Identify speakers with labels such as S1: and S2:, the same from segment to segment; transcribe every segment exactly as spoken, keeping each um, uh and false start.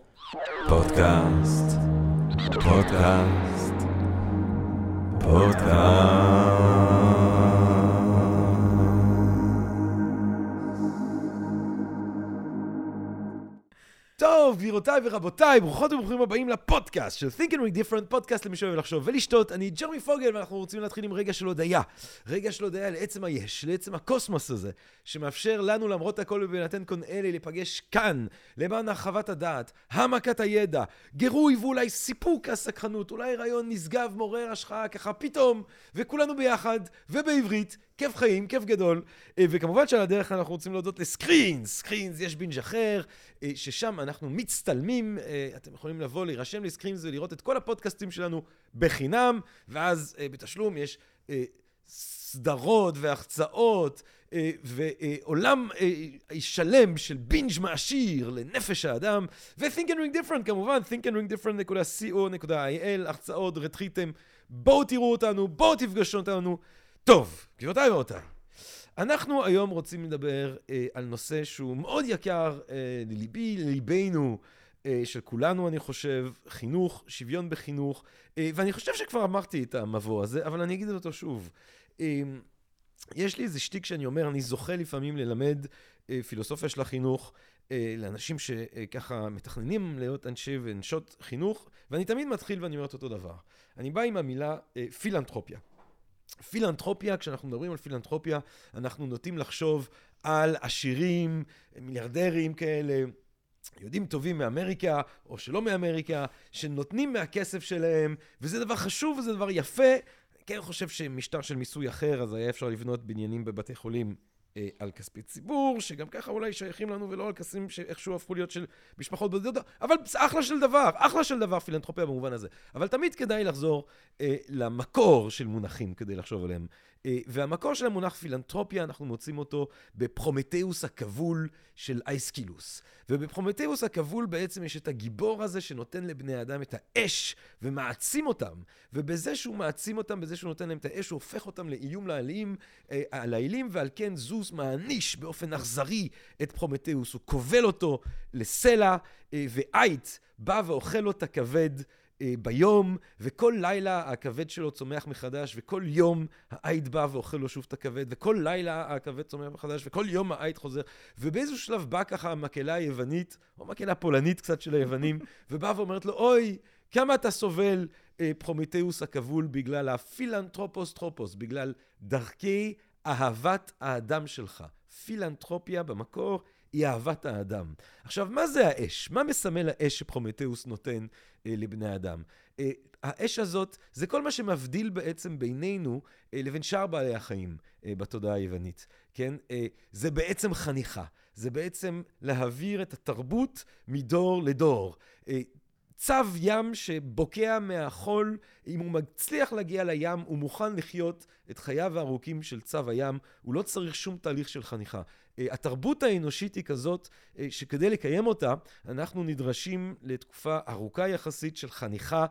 S1: פודקאסט, פודקאסט, פודקאסט. טוב, גבירותיי ורבותיי, ברוכות וברוכים הבאים לפודקאסט של Think and Ring Different, פודקאסט למי שאוהב לחשוב ולשתות. אני ג'רמי פוגל, ואנחנו רוצים להתחיל עם רגע של הודיה. רגע של הודיה לעצם היש, לעצם הקוסמוס הזה, שמאפשר לנו למרות הכל ובנתן כל אלה להיפגש כאן, למען הרחבת הדעת, העמקת הידע, גירוי ואולי סיפוק הסקרנות, אולי רעיון נשגב, מעורר השחאה, ככה פתאום, וכולנו ביחד, ובעברית, כיף חיים, כיף גדול. וכמובן שעל הדרך אנחנו רוצים להודות לסקרינס. סקרינס, יש בינג' אחר, ששם אנחנו מצטלמים. אתם יכולים לבוא, להירשם לסקרינס ולראות את כל הפודקאסטים שלנו בחינם, ואז בתשלום יש סדרות והחצאות, ועולם שלם של בינג' מעשיר לנפש האדם. ו-Think and Ring Different, כמובן, think and ring different נקודה co נקודה il, החצאות, רטריטים. בואו תראו אותנו, בואו תפגשו אותנו. טוב, גבירותיי ורבותיי, אנחנו היום רוצים לדבר אה, על נושא שהוא מאוד יקר אה, לליבי, לליבנו, אה, של כולנו אני חושב, חינוך, שוויון בחינוך, אה, ואני חושב שכבר אמרתי את המבוא הזה, אבל אני אגיד אותו שוב. אה, יש לי איזה שטיק שאני אומר, אני זוכה לפעמים ללמד אה, פילוסופיה של החינוך, אה, לאנשים שככה מתכננים להיות אנשי ונשות חינוך, ואני תמיד מתחיל ואני אומר את אותו דבר. אני בא עם המילה אה, פילנתרופיה. פילנתרופיה, כשאנחנו מדברים על פילנתרופיה, אנחנו נוטים לחשוב על עשירים, מיליארדרים כאלה, יהודים טובים מאמריקה, או שלא מאמריקה, שנותנים מהכסף שלהם, וזה דבר חשוב וזה דבר יפה. כן, אני חושב שמשטר של מיסוי אחר, אז היה אפשר לבנות בניינים בבתי חולים אה, על כספי ציבור, שגם ככה אולי שייכים לנו ולא על כספים שאיכשהו הפכו להיות של משפחות בודדות, אבל אחלה של דבר, אחלה של דבר פילנתרופיה במובן הזה. אבל תמיד כדאי לחזור אה, למקור של מונחים כדי לחשוב עליהם. אה, והמקור של המונח פילנתרופיה, אנחנו מוצאים אותו בפרומטאוס הכבול של אייסקילוס. ובפרומטאוס הכבול בעצם יש את הגיבור הזה שנותן לבני האדם את האש ומעצים אותם. ובזה שהוא מעצים אותם, בזה שהוא נותן להם את האש, הוא הופך אותם לאיום לעלים, אה, לעילים, ועל כן זוס מעניש באופן אכזרי את פרומטאוס. הוא כובל אותו לסלע, אה, ואייט בא ואוכל לו את הכבד ביום, וכל לילה הכבד שלו צומח מחדש, וכל יום האייט בא ואוכל לו שוב את הכבד, וכל לילה הכבד צומח מחדש, וכל יום האייט חוזר, ובאיזשהו שלב בא ככה המקהלה היוונית, או מקהלה פולנית קצת של היוונים, ובא ואומרת לו, אוי, כמה אתה סובל אה, פרומטאוס הכבול בגלל הפילנתרופוס טרופוס, בגלל דרכי אהבת האדם שלך. פילנתרופיה במקור היא אהבת האדם. עכשיו, מה זה האש? מה מסמל האש שפרומטאוס נותן אה, לבני האדם? אה, האש הזאת זה כל מה שמבדיל בעצם בינינו אה, לבין שאר בעלי החיים אה, בתודעה היוונית. כן? אה, זה בעצם חניכה. זה בעצם להעביר את התרבות מדור לדור. אה, צב ים שבוקע מהחול, אם הוא מצליח להגיע לים, הוא מוכן לחיות את חייו הארוכים של צב הים, הוא לא צריך שום תהליך של חניכה. התרבות האנושית היא כזאת שכדי לקיים אותה, אנחנו נדרשים לתקופה ארוכה יחסית של חניכה,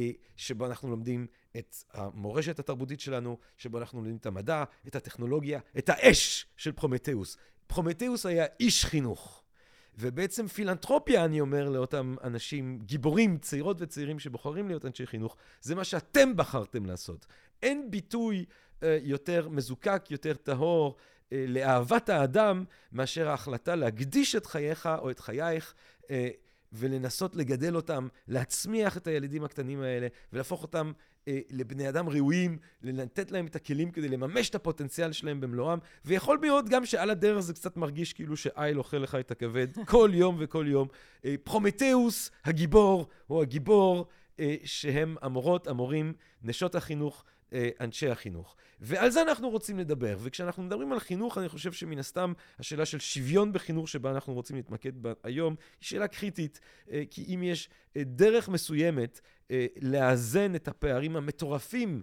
S1: שבה אנחנו לומדים את המורשת התרבותית שלנו, שבה אנחנו לומדים את המדע, את הטכנולוגיה, את האש של פרומטאוס. פרומטאוס היה איש חינוך. ובעצם פילנתרופיה, אני אומר לאותם אנשים, גיבורים, צעירות וצעירים שבוחרים להיות אנשי חינוך, זה מה שאתם בחרתם לעשות. אין ביטוי אה, יותר מזוקק, יותר טהור, אה, לאהבת האדם, מאשר ההחלטה להקדיש את חייך או את חייך, אה, ולנסות לגדל אותם, להצמיח את הילדים הקטנים האלה, ולהפוך אותם אה, לבני אדם ראויים, לתת להם את הכלים כדי לממש את הפוטנציאל שלהם במלואם, ויכול מאוד גם שעל הדרך זה קצת מרגיש כאילו שאייל אוכל לך את הכבד, כל יום וכל יום. אה, פרומטאוס, הגיבור, הוא הגיבור, אה, שהם המורות, המורים, נשות החינוך, אנשי החינוך. ועל זה אנחנו רוצים לדבר. וכשאנחנו מדברים על חינוך, אני חושב שמן הסתם השאלה של שוויון בחינוך שבה אנחנו רוצים להתמקד בה היום, היא שאלה קריטית, כי אם יש דרך מסוימת לאזן את הפערים המטורפים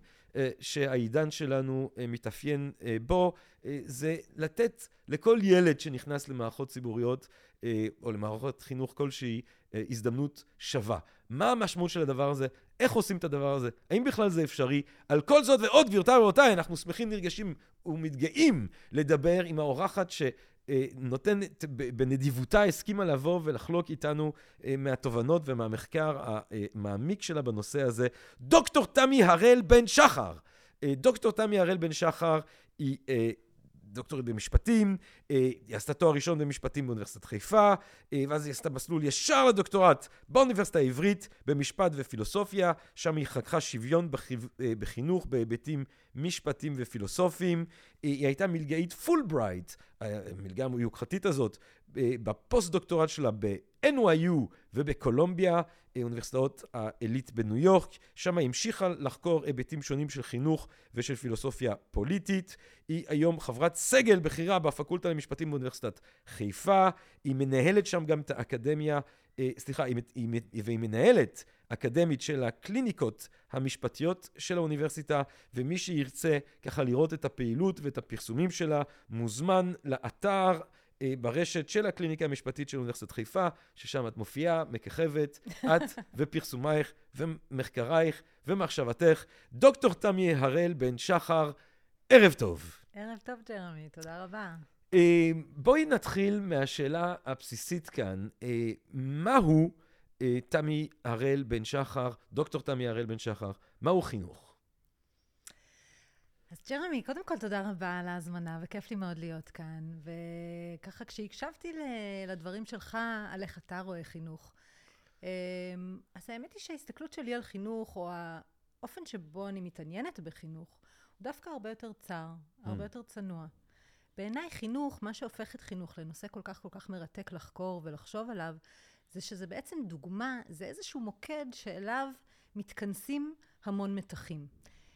S1: שהעידן שלנו מתאפיין בו, זה לתת לכל ילד שנכנס למערכות ציבוריות או למערכות חינוך כלשהי הזדמנות שווה. מה המשמעות של הדבר הזה? איך עושים את הדבר הזה? האם בכלל זה אפשרי? על כל זאת ועוד, גבירותיי ורבותיי, אנחנו שמחים, נרגשים ומתגאים לדבר עם האורחת נותן, בנדיבותה הסכימה לבוא ולחלוק איתנו מהתובנות ומהמחקר המעמיק שלה בנושא הזה. דוקטור תמי הראל בן שחר. דוקטור תמי הראל בן שחר היא דוקטורית במשפטים, היא עשתה תואר ראשון במשפטים באוניברסיטת חיפה, ואז היא עשתה מסלול ישר לדוקטורט באוניברסיטה העברית, במשפט ופילוסופיה, שם היא חקרה שוויון בחינוך בהיבטים משפטיים ופילוסופיים. היא הייתה מלגאית פולברייט, המלגה היוקרתית הזאת, בפוסט דוקטורט שלה ב-אן וואי יו ובקולומביה, אוניברסיטאות העילית בניו יורק. שם היא המשיכה לחקור היבטים שונים של חינוך ושל פילוסופיה פוליטית. היא היום חברת סגל בכירה בפקולטה למשפטים באוניברסיטת חיפה. היא מנהלת שם גם את האקדמיה, סליחה, היא, היא, והיא מנהלת אקדמית של הקליניקות המשפטיות של האוניברסיטה, ומי שירצה ככה לראות את הפעילות ואת הפרסומים שלה, מוזמן לאתר ברשת של הקליניקה המשפטית של אוניברסיטת חיפה, ששם את מופיעה, מככבת, את ופרסומייך ומחקרייך ומחשבתך. דוקטור תמי הראל בן שחר, ערב טוב.
S2: ערב טוב, ג'רמי, תודה רבה.
S1: בואי נתחיל מהשאלה הבסיסית כאן. מהו תמי הראל בן שחר, דוקטור תמי הראל בן שחר, מהו חינוך?
S2: אז ג'רמי, קודם כל תודה רבה על ההזמנה, וכיף לי מאוד להיות כאן. וככה כשהקשבתי לדברים שלך על איך אתה רואה חינוך, אז האמת היא שההסתכלות שלי על חינוך, או האופן שבו אני מתעניינת בחינוך, הוא דווקא הרבה יותר צר, הרבה יותר צנוע. בעיניי חינוך, מה שהופך את חינוך לנושא כל כך כל כך מרתק לחקור ולחשוב עליו, זה שזה בעצם דוגמה, זה איזשהו מוקד שאליו מתכנסים המון מתחים.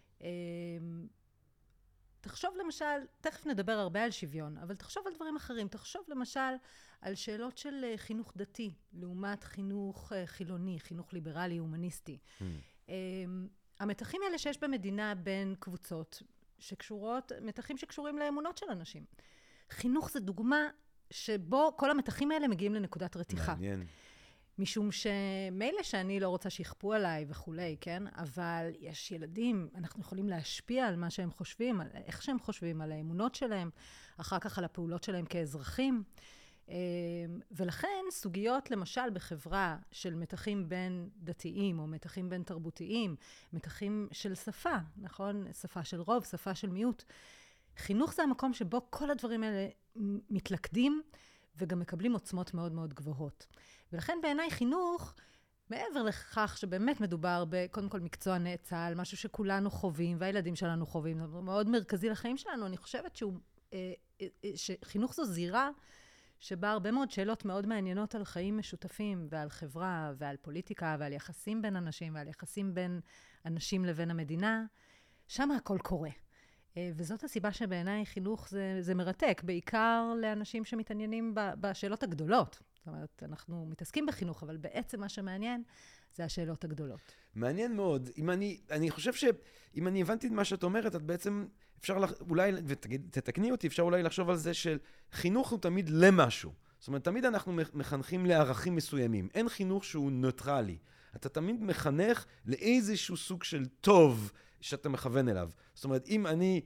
S2: תחשוב למשל, תכף נדבר הרבה על שוויון, אבל תחשוב על דברים אחרים. תחשוב למשל על שאלות של חינוך דתי, לעומת חינוך חילוני, חינוך ליברלי, הומניסטי. Mm. המתחים האלה שיש במדינה בין קבוצות שקשורות, מתחים שקשורים לאמונות של אנשים. חינוך זה דוגמה שבו כל המתחים האלה מגיעים לנקודת רתיחה. מעניין. משום שמילא שאני לא רוצה שיכפו עליי וכולי, כן? אבל יש ילדים, אנחנו יכולים להשפיע על מה שהם חושבים, על איך שהם חושבים, על האמונות שלהם, אחר כך על הפעולות שלהם כאזרחים. ולכן סוגיות, למשל, בחברה של מתחים בין דתיים או מתחים בין תרבותיים, מתחים של שפה, נכון? שפה של רוב, שפה של מיעוט. חינוך זה המקום שבו כל הדברים האלה מתלכדים וגם מקבלים עוצמות מאוד מאוד גבוהות. ולכן בעיניי חינוך, מעבר לכך שבאמת מדובר בקודם כל מקצוע נאצל, משהו שכולנו חווים והילדים שלנו חווים, זה מאוד מרכזי לחיים שלנו, אני חושבת שהוא, שחינוך זו זירה שבה הרבה מאוד שאלות מאוד מעניינות על חיים משותפים ועל חברה ועל פוליטיקה ועל יחסים בין אנשים ועל יחסים בין אנשים לבין המדינה, שם הכל קורה. וזאת הסיבה שבעיניי חינוך זה, זה מרתק, בעיקר לאנשים שמתעניינים בשאלות הגדולות. זאת אומרת, אנחנו מתעסקים בחינוך, אבל בעצם מה שמעניין זה השאלות הגדולות.
S1: מעניין מאוד. אם אני, אני חושב שאם אני הבנתי את מה שאת אומרת, את בעצם אפשר אולי, ותתקני אותי, אפשר אולי לחשוב על זה של חינוך הוא תמיד למשהו. זאת אומרת, תמיד אנחנו מחנכים לערכים מסוימים. אין חינוך שהוא נוטרלי. אתה תמיד מחנך לאיזשהו סוג של טוב שאתה מכוון אליו. זאת אומרת, אם אני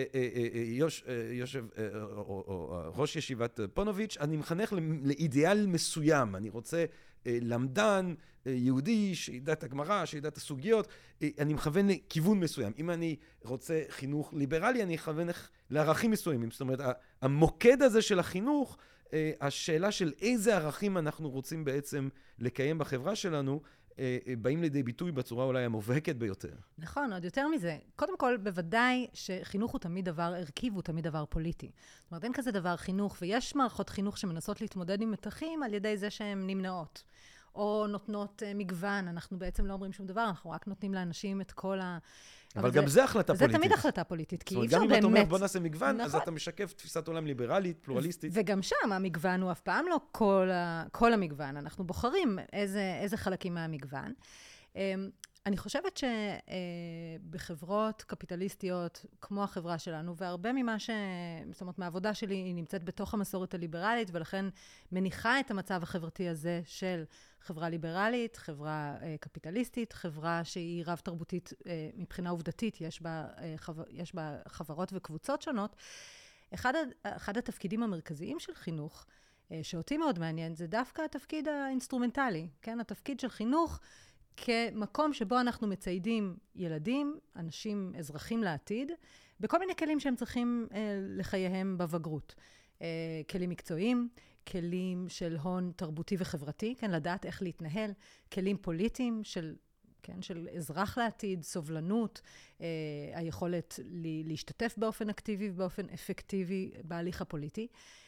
S1: יושב, או ראש ישיבת פונוביץ', אני מחנך לאידיאל מסוים. אני רוצה למדן יהודי שידע את הגמרא, שידע את הסוגיות. אני מכוון לכיוון מסוים. אם אני רוצה חינוך ליברלי, אני מכוון לערכים מסוימים. זאת אומרת, המוקד הזה של החינוך, השאלה של איזה ערכים אנחנו רוצים בעצם לקיים בחברה שלנו, באים לידי ביטוי בצורה אולי המובהקת ביותר.
S2: נכון, עוד יותר מזה. קודם כל, בוודאי שחינוך הוא תמיד דבר ערכי והוא תמיד דבר פוליטי. זאת אומרת, אין כזה דבר חינוך, ויש מערכות חינוך שמנסות להתמודד עם מתחים על ידי זה שהן נמנעות, או נותנות מגוון. אנחנו בעצם לא אומרים שום דבר, אנחנו רק נותנים לאנשים את כל ה...
S1: אבל גם זה החלטה פוליטית.
S2: זה תמיד החלטה פוליטית, כי אי אפשר באמת...
S1: גם אם אתה אומר בוא נעשה מגוון, אז אתה משקף תפיסת עולם ליברלית, פלורליסטית.
S2: וגם שם המגוון הוא אף פעם לא כל המגוון. אנחנו בוחרים איזה חלקים מהמגוון. אני חושבת שבחברות קפיטליסטיות, כמו החברה שלנו, והרבה ממה ש... זאת אומרת, מהעבודה שלי היא נמצאת בתוך המסורת הליברלית, ולכן מניחה את המצב החברתי הזה של חברה ליברלית, חברה קפיטליסטית, חברה שהיא רב-תרבותית מבחינה עובדתית, יש בה, יש בה חברות וקבוצות שונות. אחד, אחד התפקידים המרכזיים של חינוך, שאותי מאוד מעניין, זה דווקא התפקיד האינסטרומנטלי, כן? התפקיד של חינוך כמקום שבו אנחנו מציידים ילדים, אנשים, אזרחים לעתיד, בכל מיני כלים שהם צריכים אה, לחייהם בבגרות. אה, כלים מקצועיים, כלים של הון תרבותי וחברתי, כן? לדעת איך להתנהל, כלים פוליטיים של, כן? של אזרח לעתיד, סובלנות, אה, היכולת להשתתף באופן אקטיבי ובאופן אפקטיבי בהליך הפוליטי.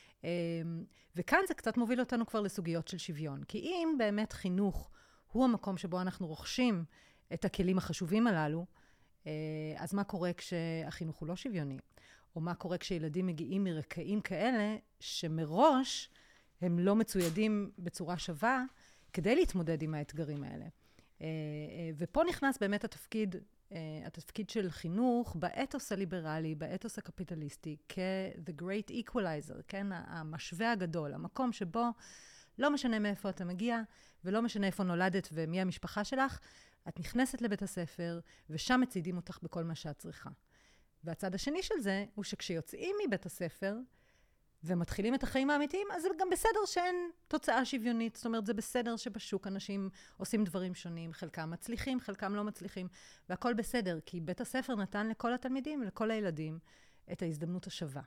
S2: וכאן זה קצת מוביל אותנו כבר לסוגיות של שוויון. כי אם באמת חינוך הוא המקום שבו אנחנו רוכשים את הכלים החשובים הללו, אז מה קורה כשהחינוך הוא לא שוויוני? או מה קורה כשילדים מגיעים מרקעים כאלה שמראש הם לא מצוידים בצורה שווה כדי להתמודד עם האתגרים האלה. ופה נכנס באמת התפקיד התפקיד של חינוך באתוס הליברלי, באתוס הקפיטליסטי, כ-the great equalizer, כן? המשווה הגדול, המקום שבו לא משנה מאיפה אתה מגיע, ולא משנה איפה נולדת ומי המשפחה שלך, את נכנסת לבית הספר, ושם מציידים אותך בכל מה שאת צריכה. והצד השני של זה, הוא שכשיוצאים מבית הספר, ומתחילים את החיים האמיתיים, אז זה גם בסדר שאין תוצאה שוויונית. זאת אומרת, זה בסדר שבשוק אנשים עושים דברים שונים, חלקם מצליחים, חלקם לא מצליחים, והכל בסדר, כי בית הספר נתן לכל התלמידים ולכל הילדים את ההזדמנות השווה.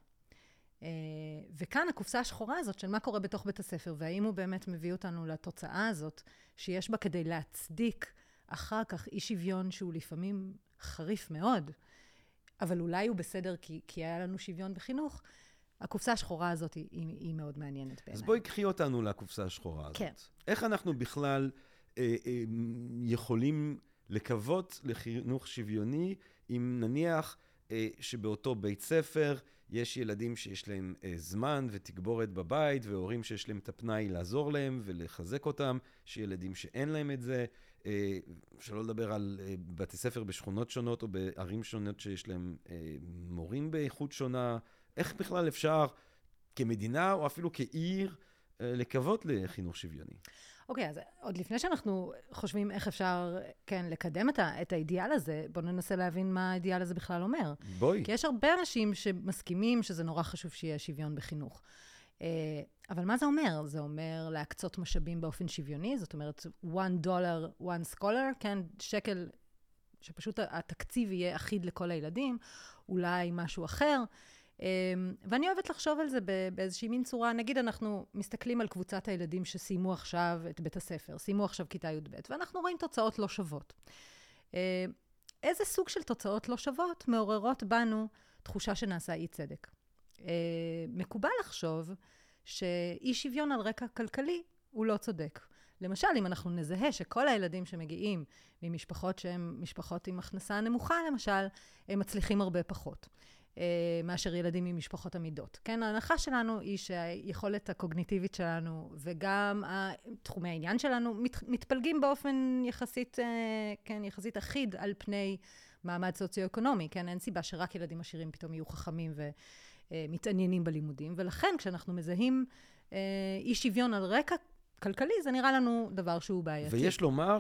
S2: וכאן הקופסה השחורה הזאת של מה קורה בתוך בית הספר, והאם הוא באמת מביא אותנו לתוצאה הזאת, שיש בה כדי להצדיק אחר כך אי שוויון שהוא לפעמים חריף מאוד, אבל אולי הוא בסדר כי, כי היה לנו שוויון בחינוך, הקופסה השחורה הזאת היא, היא מאוד מעניינת בעיניי.
S1: אז בואי קחי אותנו לקופסה השחורה הזאת.
S2: כן.
S1: איך אנחנו בכלל אה, אה, יכולים לקוות לחינוך שוויוני, אם נניח אה, שבאותו בית ספר יש ילדים שיש להם אה, זמן ותגבורת בבית, והורים שיש להם את הפנאי לעזור להם ולחזק אותם, שילדים שאין להם את זה, אה, שלא לדבר על אה, בתי ספר בשכונות שונות או בערים שונות שיש להם אה, מורים באיכות שונה, איך בכלל אפשר כמדינה או אפילו כעיר לקוות לחינוך שוויוני?
S2: אוקיי, okay, אז עוד לפני שאנחנו חושבים איך אפשר, כן, לקדם את, ה- את האידיאל הזה, בואו ננסה להבין מה האידיאל הזה בכלל אומר.
S1: בואי.
S2: כי יש הרבה אנשים שמסכימים שזה נורא חשוב שיהיה שוויון בחינוך. אבל מה זה אומר? זה אומר להקצות משאבים באופן שוויוני, זאת אומרת, one dollar, one scholar, כן, שקל, שפשוט התקציב יהיה אחיד לכל הילדים, אולי משהו אחר. ואני אוהבת לחשוב על זה באיזושהי מין צורה, נגיד אנחנו מסתכלים על קבוצת הילדים שסיימו עכשיו את בית הספר, סיימו עכשיו כיתה י' ב', ואנחנו רואים תוצאות לא שוות. איזה סוג של תוצאות לא שוות מעוררות בנו תחושה שנעשה אי צדק? מקובל לחשוב שאי שוויון על רקע כלכלי הוא לא צודק. למשל, אם אנחנו נזהה שכל הילדים שמגיעים ממשפחות שהן משפחות עם הכנסה נמוכה, למשל, הם מצליחים הרבה פחות. מאשר ילדים ממשפחות עמידות. כן, ההנחה שלנו היא שהיכולת הקוגניטיבית שלנו וגם תחומי העניין שלנו מת, מתפלגים באופן יחסית, כן, יחסית אחיד על פני מעמד סוציו-אקונומי. כן, אין סיבה שרק ילדים עשירים פתאום יהיו חכמים ומתעניינים בלימודים, ולכן כשאנחנו מזהים אי שוויון על רקע כלכלי, זה נראה לנו דבר שהוא בעייתי.
S1: ויש לומר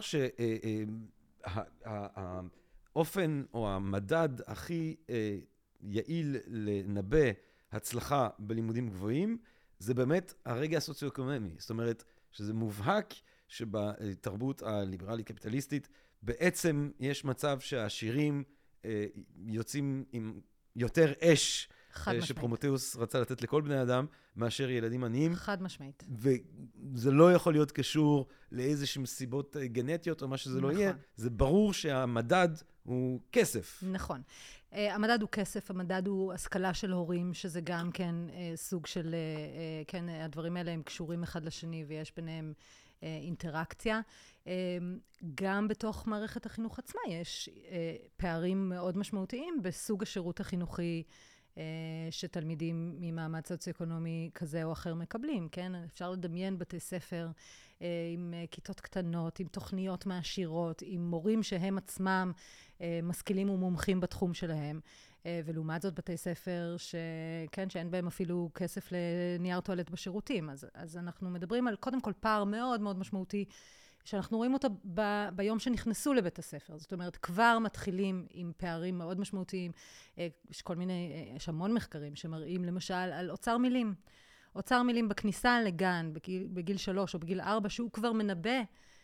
S1: שהאופן או המדד הכי יעיל לנבא הצלחה בלימודים גבוהים, זה באמת הרגע הסוציו-אקונומי. זאת אומרת, שזה מובהק שבתרבות הליברלית-קפיטליסטית, בעצם יש מצב שהעשירים אה, יוצאים עם יותר אש, אה, שפרומטאוס רצה לתת לכל בני אדם, מאשר ילדים עניים.
S2: חד משמעית.
S1: וזה לא יכול להיות קשור לאיזשהם סיבות גנטיות או מה שזה נכון. לא יהיה. זה ברור שהמדד הוא כסף.
S2: נכון. Uh, המדד הוא כסף, המדד הוא השכלה של הורים, שזה גם כן uh, סוג של, uh, uh, כן, הדברים האלה הם קשורים אחד לשני ויש ביניהם uh, אינטראקציה. Uh, גם בתוך מערכת החינוך עצמה יש uh, פערים מאוד משמעותיים בסוג השירות החינוכי uh, שתלמידים ממעמד סוציו-אקונומי כזה או אחר מקבלים, כן? אפשר לדמיין בתי ספר uh, עם uh, כיתות קטנות, עם תוכניות מעשירות, עם מורים שהם עצמם משכילים ומומחים בתחום שלהם, ולעומת זאת בתי ספר שכן, שאין בהם אפילו כסף לנייר טואלט בשירותים. אז, אז אנחנו מדברים על קודם כל פער מאוד מאוד משמעותי שאנחנו רואים אותו ב- ביום שנכנסו לבית הספר. זאת אומרת, כבר מתחילים עם פערים מאוד משמעותיים. יש כל מיני, יש המון מחקרים שמראים למשל על אוצר מילים. אוצר מילים בכניסה לגן, בגיל, בגיל שלוש או בגיל ארבע, שהוא כבר מנבא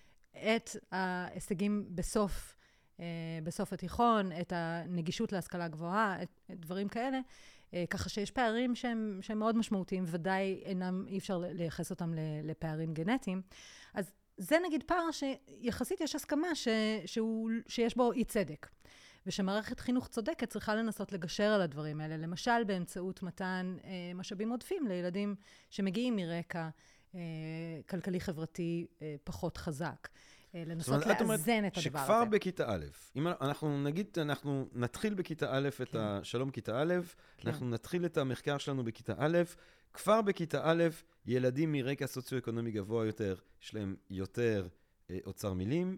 S2: את ההישגים בסוף, בסוף התיכון, את הנגישות להשכלה גבוהה, את, את דברים כאלה. ככה שיש פערים שהם, שהם מאוד משמעותיים, ודאי אינם, אי אפשר לייחס אותם לפערים גנטיים. אז זה נגיד פער שיחסית יש הסכמה ש, שהוא, שיש בו אי צדק. ושמערכת חינוך צודקת צריכה לנסות לגשר על הדברים האלה, למשל באמצעות מתן אה, משאבים עודפים לילדים שמגיעים מרקע אה, כלכלי-חברתי אה, פחות חזק. אה, לנסות לאזן את הדבר הזה.
S1: שכבר בכיתה א', אם אנחנו נגיד, אנחנו נתחיל בכיתה א' את
S2: כן.
S1: השלום כיתה א',
S2: כן.
S1: אנחנו נתחיל את המחקר שלנו בכיתה א', כבר בכיתה א', ילדים מרקע סוציו-אקונומי גבוה יותר, יש להם יותר אה, אוצר מילים,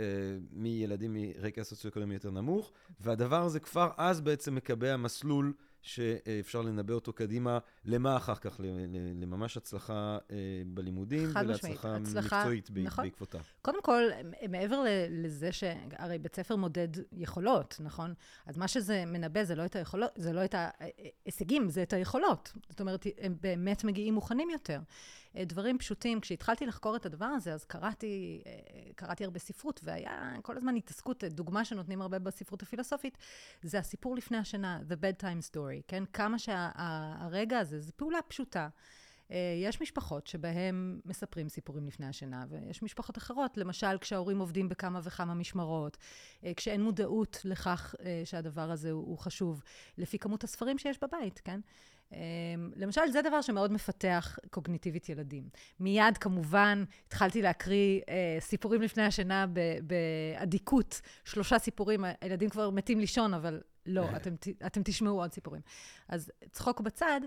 S1: מילדים מרקע סוציו-אקונומי יותר נמוך, והדבר הזה כבר אז בעצם מקבע מסלול שאפשר לנבא אותו קדימה, למה אחר כך, לממש הצלחה בלימודים, ולהצלחה מקצועית בעקבותה.
S2: קודם כל, מעבר לזה שהרי בית ספר מודד יכולות, נכון? אז מה שזה מנבא זה לא את היכולות, זה לא את ההישגים, זה את היכולות. זאת אומרת, הם באמת מגיעים מוכנים יותר. דברים פשוטים, כשהתחלתי לחקור את הדבר הזה, אז קראתי, קראתי הרבה ספרות, והיה כל הזמן התעסקות, דוגמה שנותנים הרבה בספרות הפילוסופית, זה הסיפור לפני השינה, the bedtime story, כן? כמה שהרגע הזה, זו פעולה פשוטה. יש משפחות שבהם מספרים סיפורים לפני השינה, ויש משפחות אחרות, למשל כשההורים עובדים בכמה וכמה משמרות, כשאין מודעות לכך שהדבר הזה הוא חשוב, לפי כמות הספרים שיש בבית, כן? למשל, זה דבר שמאוד מפתח קוגניטיבית ילדים. מיד, כמובן, התחלתי להקריא סיפורים לפני השינה באדיקות, שלושה סיפורים, הילדים כבר מתים לישון, אבל לא, אתם, אתם תשמעו עוד סיפורים. אז צחוק בצד,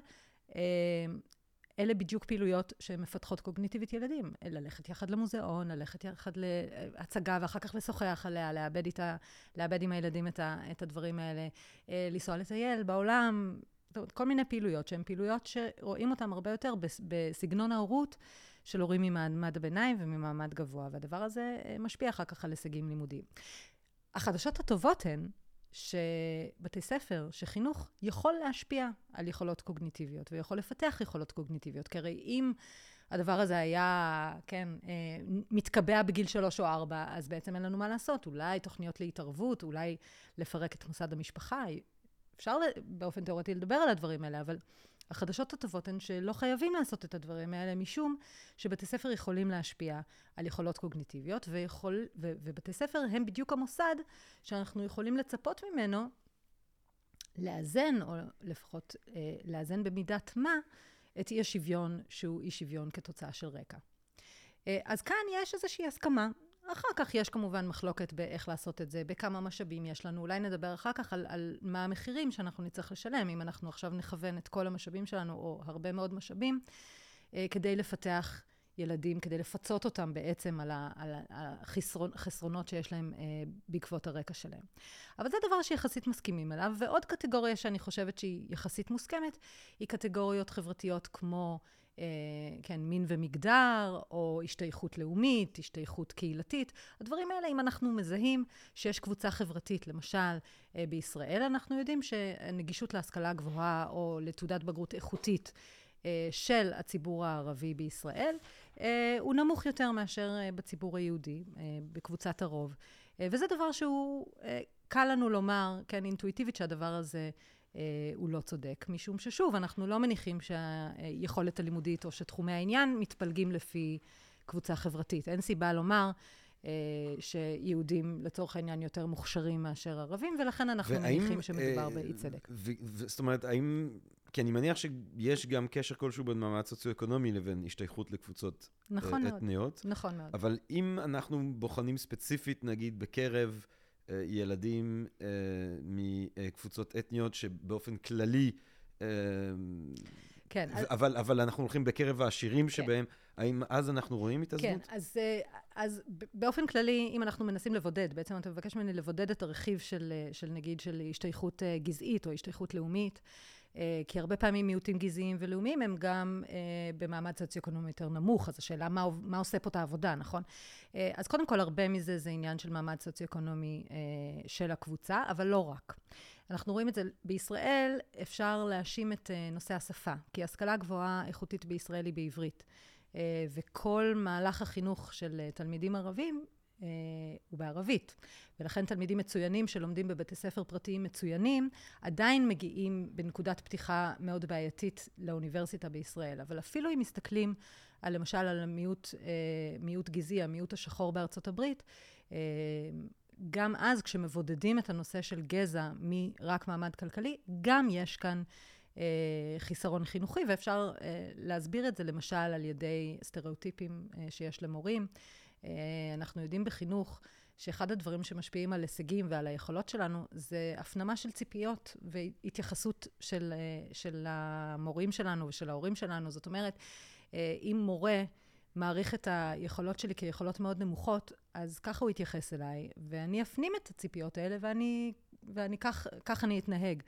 S2: אלה בדיוק פעילויות שמפתחות קוגניטיבית ילדים. ללכת יחד למוזיאון, ללכת יחד להצגה, ואחר כך לשוחח עליה, לאבד, איתה, לאבד עם הילדים את, ה, את הדברים האלה, לנסוע לטייל בעולם, כל מיני פעילויות שהן פעילויות שרואים אותן הרבה יותר בסגנון ההורות של הורים ממעמד הביניים וממעמד גבוה, והדבר הזה משפיע אחר כך על הישגים לימודיים. החדשות הטובות הן שבתי ספר, שחינוך יכול להשפיע על יכולות קוגניטיביות, ויכול לפתח יכולות קוגניטיביות, כי הרי אם הדבר הזה היה, כן, מתקבע בגיל שלוש או ארבע, אז בעצם אין לנו מה לעשות. אולי תוכניות להתערבות, אולי לפרק את מוסד המשפחה. אפשר באופן תיאורטי לדבר על הדברים האלה, אבל החדשות הטובות הן שלא חייבים לעשות את הדברים האלה, משום שבתי ספר יכולים להשפיע על יכולות קוגניטיביות, ויכול, ו, ובתי ספר הם בדיוק המוסד שאנחנו יכולים לצפות ממנו לאזן, או לפחות אה, לאזן במידת מה, את אי השוויון שהוא אי שוויון כתוצאה של רקע. אה, אז כאן יש איזושהי הסכמה. אחר כך יש כמובן מחלוקת באיך לעשות את זה, בכמה משאבים יש לנו. אולי נדבר אחר כך על, על מה המחירים שאנחנו נצטרך לשלם, אם אנחנו עכשיו נכוון את כל המשאבים שלנו, או הרבה מאוד משאבים, אה, כדי לפתח ילדים, כדי לפצות אותם בעצם על החסרונות שיש להם אה, בעקבות הרקע שלהם. אבל זה דבר שיחסית מסכימים אליו, ועוד קטגוריה שאני חושבת שהיא יחסית מוסכמת, היא קטגוריות חברתיות כמו כן, מין ומגדר, או השתייכות לאומית, השתייכות קהילתית. הדברים האלה, אם אנחנו מזהים שיש קבוצה חברתית, למשל, בישראל, אנחנו יודעים שנגישות להשכלה גבוהה, או לתעודת בגרות איכותית של הציבור הערבי בישראל, הוא נמוך יותר מאשר בציבור היהודי, בקבוצת הרוב. וזה דבר שהוא קל לנו לומר, כן, אינטואיטיבית שהדבר הזה הוא לא צודק, משום ששוב, אנחנו לא מניחים שהיכולת הלימודית או שתחומי העניין מתפלגים לפי קבוצה חברתית. אין סיבה לומר שיהודים לצורך העניין יותר מוכשרים מאשר ערבים, ולכן אנחנו מניחים שמדובר באי צדק.
S1: זאת אומרת, האם, כי אני מניח שיש גם קשר כלשהו בין מעמד סוציו-אקונומי לבין השתייכות לקבוצות אתניות.
S2: נכון מאוד.
S1: אבל אם אנחנו בוחנים ספציפית, נגיד, בקרב ילדים uh, מקבוצות אתניות שבאופן כללי, uh,
S2: כן,
S1: ו- אז... אבל, אבל אנחנו הולכים בקרב העשירים כן. שבהם, האם אז אנחנו רואים התאזנות?
S2: כן, אז, אז באופן כללי, אם אנחנו מנסים לבודד, בעצם אתה מבקש ממני לבודד את הרכיב של, של נגיד, של השתייכות גזעית או השתייכות לאומית, כי הרבה פעמים מיעוטים גזעיים ולאומיים הם גם במעמד סוציו-אקונומי יותר נמוך, אז השאלה מה, מה עושה פה את העבודה, נכון? אז קודם כל, הרבה מזה זה עניין של מעמד סוציו-אקונומי של הקבוצה, אבל לא רק. אנחנו רואים את זה בישראל, אפשר להאשים את נושא השפה, כי השכלה גבוהה איכותית בישראל היא בעברית, וכל מהלך החינוך של תלמידים ערבים הוא בערבית. ולכן תלמידים מצוינים שלומדים בבתי ספר פרטיים מצוינים, עדיין מגיעים בנקודת פתיחה מאוד בעייתית לאוניברסיטה בישראל. אבל אפילו אם מסתכלים על, למשל, על המיעוט, מיעוט גזעי, המיעוט השחור בארצות הברית, גם אז כשמבודדים את הנושא של גזע מרק מעמד כלכלי, גם יש כאן חיסרון חינוכי, ואפשר להסביר את זה למשל על ידי סטריאוטיפים שיש למורים. אנחנו יודעים בחינוך שאחד הדברים שמשפיעים על הישגים ועל היכולות שלנו, זה הפנמה של ציפיות והתייחסות של, של המורים שלנו ושל ההורים שלנו. זאת אומרת, אם מורה מעריך את היכולות שלי כיכולות מאוד נמוכות, אז ככה הוא יתייחס אליי, ואני אפנים את הציפיות האלה, ואני, ואני כך, כך אני אתנהג.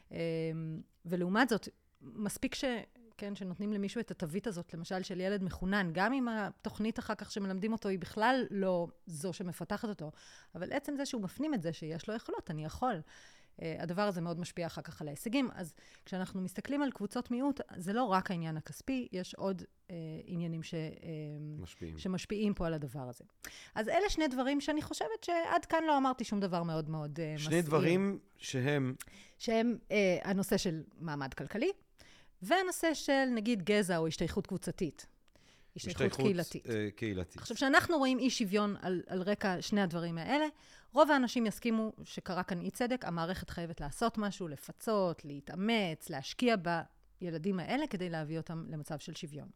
S2: ולעומת זאת, מספיק ש... כן, שנותנים למישהו את התווית הזאת, למשל של ילד מחונן, גם אם התוכנית אחר כך שמלמדים אותו היא בכלל לא זו שמפתחת אותו, אבל עצם זה שהוא מפנים את זה שיש לו יכולות, אני יכול. Uh, הדבר הזה מאוד משפיע אחר כך על ההישגים, אז כשאנחנו מסתכלים על קבוצות מיעוט, זה לא רק העניין הכספי, יש עוד uh, עניינים ש, uh, שמשפיעים פה על הדבר הזה. אז אלה שני דברים שאני חושבת שעד כאן לא אמרתי שום דבר מאוד מאוד uh, מסעיר.
S1: שני דברים שהם...
S2: שהם uh, הנושא של מעמד כלכלי, והנושא של, נגיד, גזע או השתייכות קבוצתית. השתייכות קהילתית.
S1: אה, קהילתית.
S2: עכשיו, שאנחנו רואים אי שוויון על, על רקע שני הדברים האלה, רוב האנשים יסכימו שקרה כאן אי צדק, המערכת חייבת לעשות משהו, לפצות, להתאמץ, להשקיע בילדים האלה כדי להביא אותם למצב של שוויון.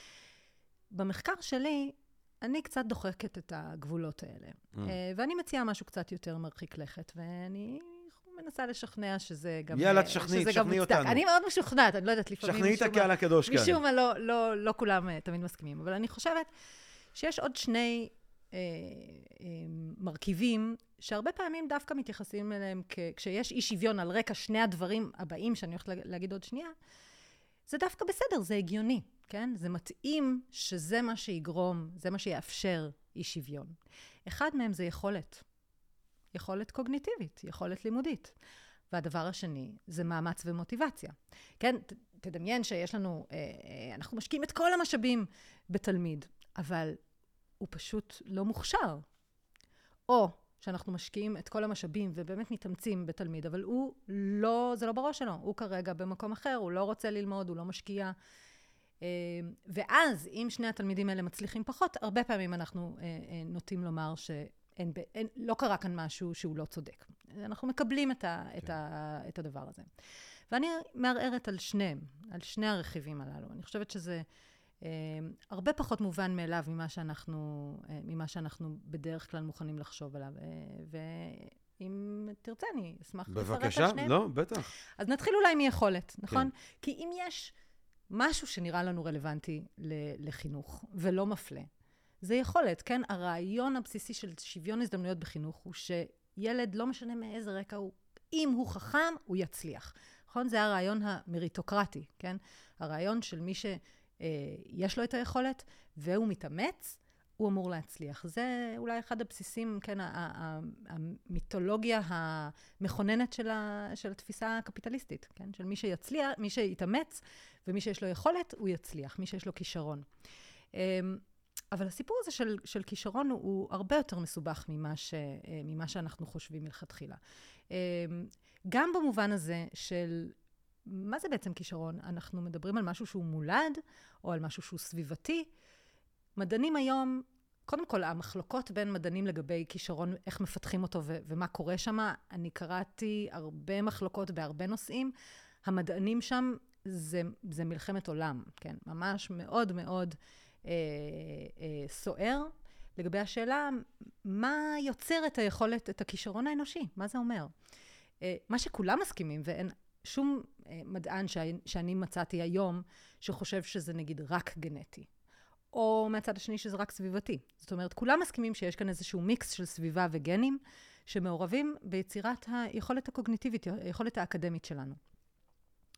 S2: במחקר שלי, אני קצת דוחקת את הגבולות האלה. Mm. ואני מציעה משהו קצת יותר מרחיק לכת, ואני... מנסה לשכנע שזה גם...
S1: יאללה, תשכנעי, תשכנעי אותנו.
S2: אני מאוד משוכנעת, אני לא יודעת, לפעמים...
S1: שכנעי את הקהל הקדוש כאן.
S2: משום מה לא, לא, לא כולם תמיד מסכימים, אבל אני חושבת שיש עוד שני אה, אה, מרכיבים, שהרבה פעמים דווקא מתייחסים אליהם, כ- כשיש אי שוויון על רקע שני הדברים הבאים, שאני הולכת להגיד עוד שנייה, זה דווקא בסדר, זה הגיוני, כן? זה מתאים שזה מה שיגרום, זה מה שיאפשר אי שוויון. אחד מהם זה יכולת. יכולת קוגניטיבית, יכולת לימודית. והדבר השני זה מאמץ ומוטיבציה. כן, ת, תדמיין שיש לנו, אה, אה, אנחנו משקיעים את כל המשאבים בתלמיד, אבל הוא פשוט לא מוכשר. או שאנחנו משקיעים את כל המשאבים ובאמת מתאמצים בתלמיד, אבל הוא לא, זה לא בראש שלו, הוא כרגע במקום אחר, הוא לא רוצה ללמוד, הוא לא משקיע. אה, ואז, אם שני התלמידים האלה מצליחים פחות, הרבה פעמים אנחנו אה, אה, נוטים לומר ש... אין, אין, לא קרה כאן משהו שהוא לא צודק. אנחנו מקבלים את, ה, כן. את, ה, את הדבר הזה. ואני מערערת על שניהם, על שני הרכיבים הללו. אני חושבת שזה אה, הרבה פחות מובן מאליו ממה שאנחנו, אה, ממה שאנחנו בדרך כלל מוכנים לחשוב עליו. אה, ואם תרצה, אני אשמח לפרט על שניהם.
S1: בבקשה, לא, בטח.
S2: אז נתחיל אולי מיכולת, נכון? כן. כי אם יש משהו שנראה לנו רלוונטי לחינוך ולא מפלה, זה יכולת, כן? הרעיון הבסיסי של שוויון הזדמנויות בחינוך הוא שילד, לא משנה מאיזה רקע הוא, אם הוא חכם, הוא יצליח. נכון? זה הרעיון המריטוקרטי, כן? הרעיון של מי שיש לו את היכולת והוא מתאמץ, הוא אמור להצליח. זה אולי אחד הבסיסים, כן? המיתולוגיה המכוננת של, ה, של התפיסה הקפיטליסטית, כן? של מי שיצליח, מי שיתאמץ ומי שיש לו יכולת, הוא יצליח. מי שיש לו כישרון. אבל הסיפור הזה של, של כישרון הוא, הוא הרבה יותר מסובך ממה, ש, ממה שאנחנו חושבים מלכתחילה. גם במובן הזה של מה זה בעצם כישרון? אנחנו מדברים על משהו שהוא מולד, או על משהו שהוא סביבתי. מדענים היום, קודם כל, המחלוקות בין מדענים לגבי כישרון, איך מפתחים אותו ו- ומה קורה שם, אני קראתי הרבה מחלוקות בהרבה נושאים. המדענים שם זה, זה מלחמת עולם, כן? ממש מאוד מאוד אה, אה, סוער. לגבי השאלה, מה יוצר את היכולת, את הכישרון האנושי? מה זה אומר? אה, מה שכולם מסכימים, ואין שום אה, מדען ש- שאני מצאתי היום, שחושב שזה נגיד רק גנטי. או מהצד השני שזה רק סביבתי. זאת אומרת, כולם מסכימים שיש כאן איזשהו מיקס של סביבה וגנים, שמעורבים ביצירת היכולת הקוגניטיבית, היכולת האקדמית שלנו.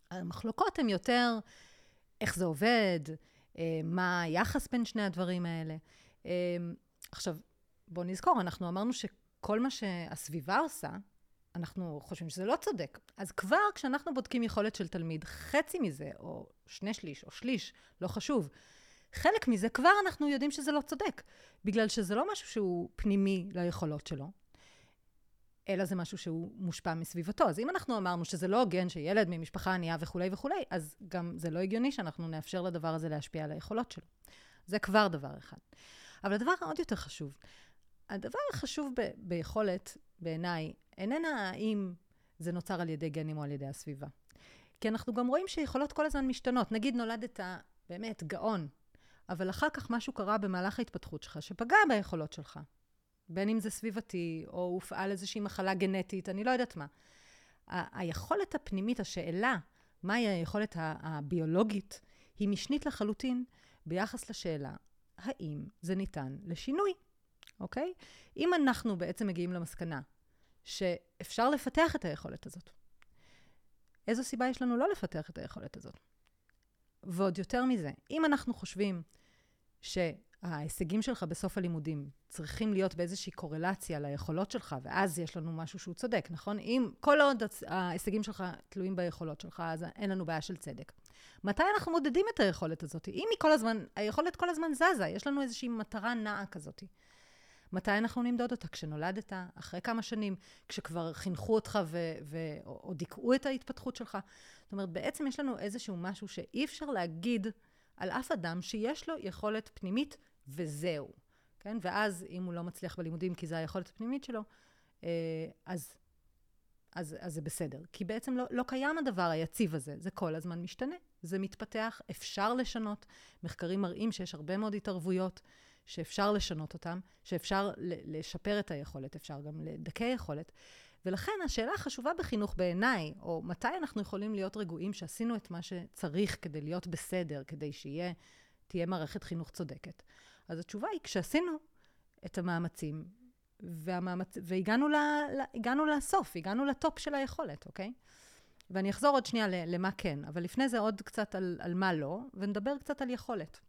S2: המחלוקות הן יותר איך זה עובד, מה היחס בין שני הדברים האלה. עכשיו, בואו נזכור, אנחנו אמרנו שכל מה שהסביבה עושה, אנחנו חושבים שזה לא צודק. אז כבר כשאנחנו בודקים יכולת של תלמיד, חצי מזה, או שני שליש, או שליש, לא חשוב, חלק מזה כבר אנחנו יודעים שזה לא צודק, בגלל שזה לא משהו שהוא פנימי ליכולות שלו, אלא זה משהו שהוא מושפע מסביבתו. אז אם אנחנו אמרנו שזה לא הוגן שילד ממשפחה ענייה וכו' וכו', אז גם זה לא הגיוני שאנחנו נאפשר לדבר הזה להשפיע על היכולות שלו. זה כבר דבר אחד. אבל הדבר העוד יותר חשוב, הדבר החשוב ב- ביכולת, בעיניי, איננה האם זה נוצר על ידי גנים או על ידי הסביבה. כי אנחנו גם רואים שיכולות כל הזמן משתנות. נגיד נולדת באמת גאון, אבל אחר כך משהו קרה במהלך ההתפתחות שלך, שפגע ביכולות שלך. בין אם זה סביבתי, או הופעל איזושהי מחלה גנטית, אני לא יודעת מה. ה- היכולת הפנימית, השאלה, מהי היכולת הביולוגית, היא משנית לחלוטין ביחס לשאלה, האם זה ניתן לשינוי, אוקיי? אם אנחנו בעצם מגיעים למסקנה שאפשר לפתח את היכולת הזאת, איזו סיבה יש לנו לא לפתח את היכולת הזאת? ועוד יותר מזה, אם אנחנו חושבים שההישגים שלך בסוף הלימודים צריכים להיות באיזושהי קורלציה ליכולות שלך, ואז יש לנו משהו שהוא צודק, נכון? אם כל עוד ההישגים שלך תלויים ביכולות שלך, אז אין לנו בעיה של צדק. מתי אנחנו מודדים את היכולת הזאת? אם היא כל הזמן, היכולת כל הזמן זזה, יש לנו איזושהי מטרה נעה כזאת. מתי אנחנו נמדוד אותה? כשנולדת, אחרי כמה שנים, כשכבר חינכו אותך ו- ו- או דיכאו את ההתפתחות שלך. זאת אומרת, בעצם יש לנו איזשהו משהו שאי אפשר להגיד על אף אדם שיש לו יכולת פנימית וזהו. כן? ואז אם הוא לא מצליח בלימודים כי זה היכולת הפנימית שלו, אז, אז, אז זה בסדר. כי בעצם לא, לא קיים הדבר היציב הזה. זה כל הזמן משתנה. זה מתפתח, אפשר לשנות. מחקרים מראים שיש הרבה מאוד התערבויות שאפשר לשנות אותם, שאפשר לשפר את היכולת, אפשר גם לדכא יכולת. ולכן השאלה החשובה בחינוך בעיניי, או מתי אנחנו יכולים להיות רגועים שעשינו את מה שצריך כדי להיות בסדר, כדי שיהיה, תהיה מערכת חינוך צודקת. אז התשובה היא, כשעשינו את המאמצים, והמאמצ... והגענו ל... הגענו לסוף, הגענו לטופ של היכולת, אוקיי? ואני אחזור עוד שנייה למה כן, אבל לפני זה עוד קצת על, על מה לא, ונדבר קצת על יכולת.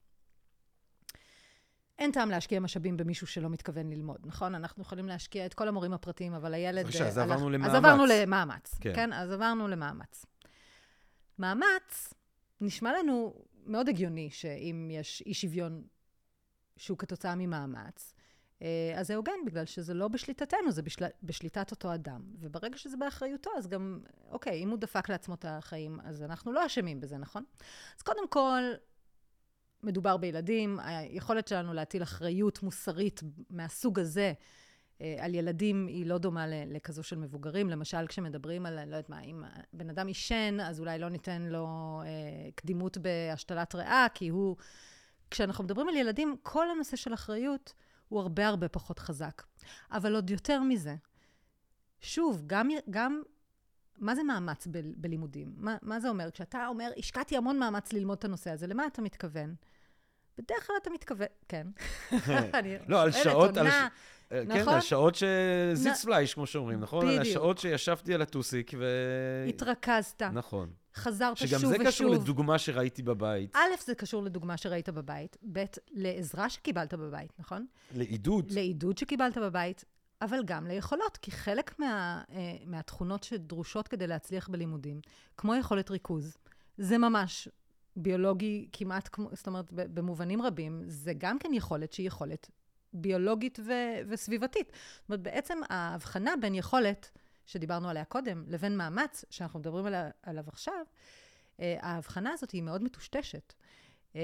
S2: אין טעם להשקיע משאבים במישהו שלא מתכוון ללמוד, נכון? אנחנו יכולים להשקיע את כל המורים הפרטיים, אבל הילד...
S1: אז אז עברנו למאמץ.
S2: אז עברנו למאמץ,
S1: כן.
S2: כן? אז עברנו למאמץ. מאמץ נשמע לנו מאוד הגיוני שאם יש אי שוויון שהוא כתוצאה ממאמץ, אז זה הוגן, בגלל שזה לא בשליטתנו, זה בשל... בשליטת אותו אדם. וברגע שזה באחריותו, אז גם, אוקיי, אם הוא דפק לעצמו את החיים, אז אנחנו לא אשמים בזה, נכון? אז קודם כל, מדובר בילדים, היכולת שלנו להטיל אחריות מוסרית מהסוג הזה על ילדים היא לא דומה לכזו של מבוגרים. למשל, כשמדברים על, לא יודעת מה, אם בן אדם ישן, אז אולי לא ניתן לו אה, קדימות בהשתלת ריאה, כי הוא... כשאנחנו מדברים על ילדים, כל הנושא של אחריות הוא הרבה הרבה פחות חזק. אבל עוד יותר מזה, שוב, גם... גם מה זה מאמץ ב- בלימודים? מה, מה זה אומר? כשאתה אומר, השקעתי המון מאמץ ללמוד את הנושא הזה, למה אתה מתכוון? בדרך כלל אתה מתכוון, כן.
S1: לא, על שעות, על כן, על שעות שזיץ פלייש, כמו שאומרים, נכון? על השעות שישבתי על הטוסיק ו...
S2: התרכזת.
S1: נכון.
S2: חזרת שוב ושוב.
S1: שגם זה קשור לדוגמה שראיתי בבית.
S2: א', זה קשור לדוגמה שראית בבית, ב', לעזרה שקיבלת בבית, נכון?
S1: לעידוד.
S2: לעידוד שקיבלת בבית. אבל גם ליכולות, כי חלק מה, אה, מהתכונות שדרושות כדי להצליח בלימודים, כמו יכולת ריכוז, זה ממש ביולוגי כמעט כמו, זאת אומרת, במובנים רבים, זה גם כן יכולת שהיא יכולת ביולוגית ו- וסביבתית. זאת אומרת, בעצם ההבחנה בין יכולת, שדיברנו עליה קודם, לבין מאמץ, שאנחנו מדברים עליה, עליו עכשיו, אה, ההבחנה הזאת היא מאוד מטושטשת. אה,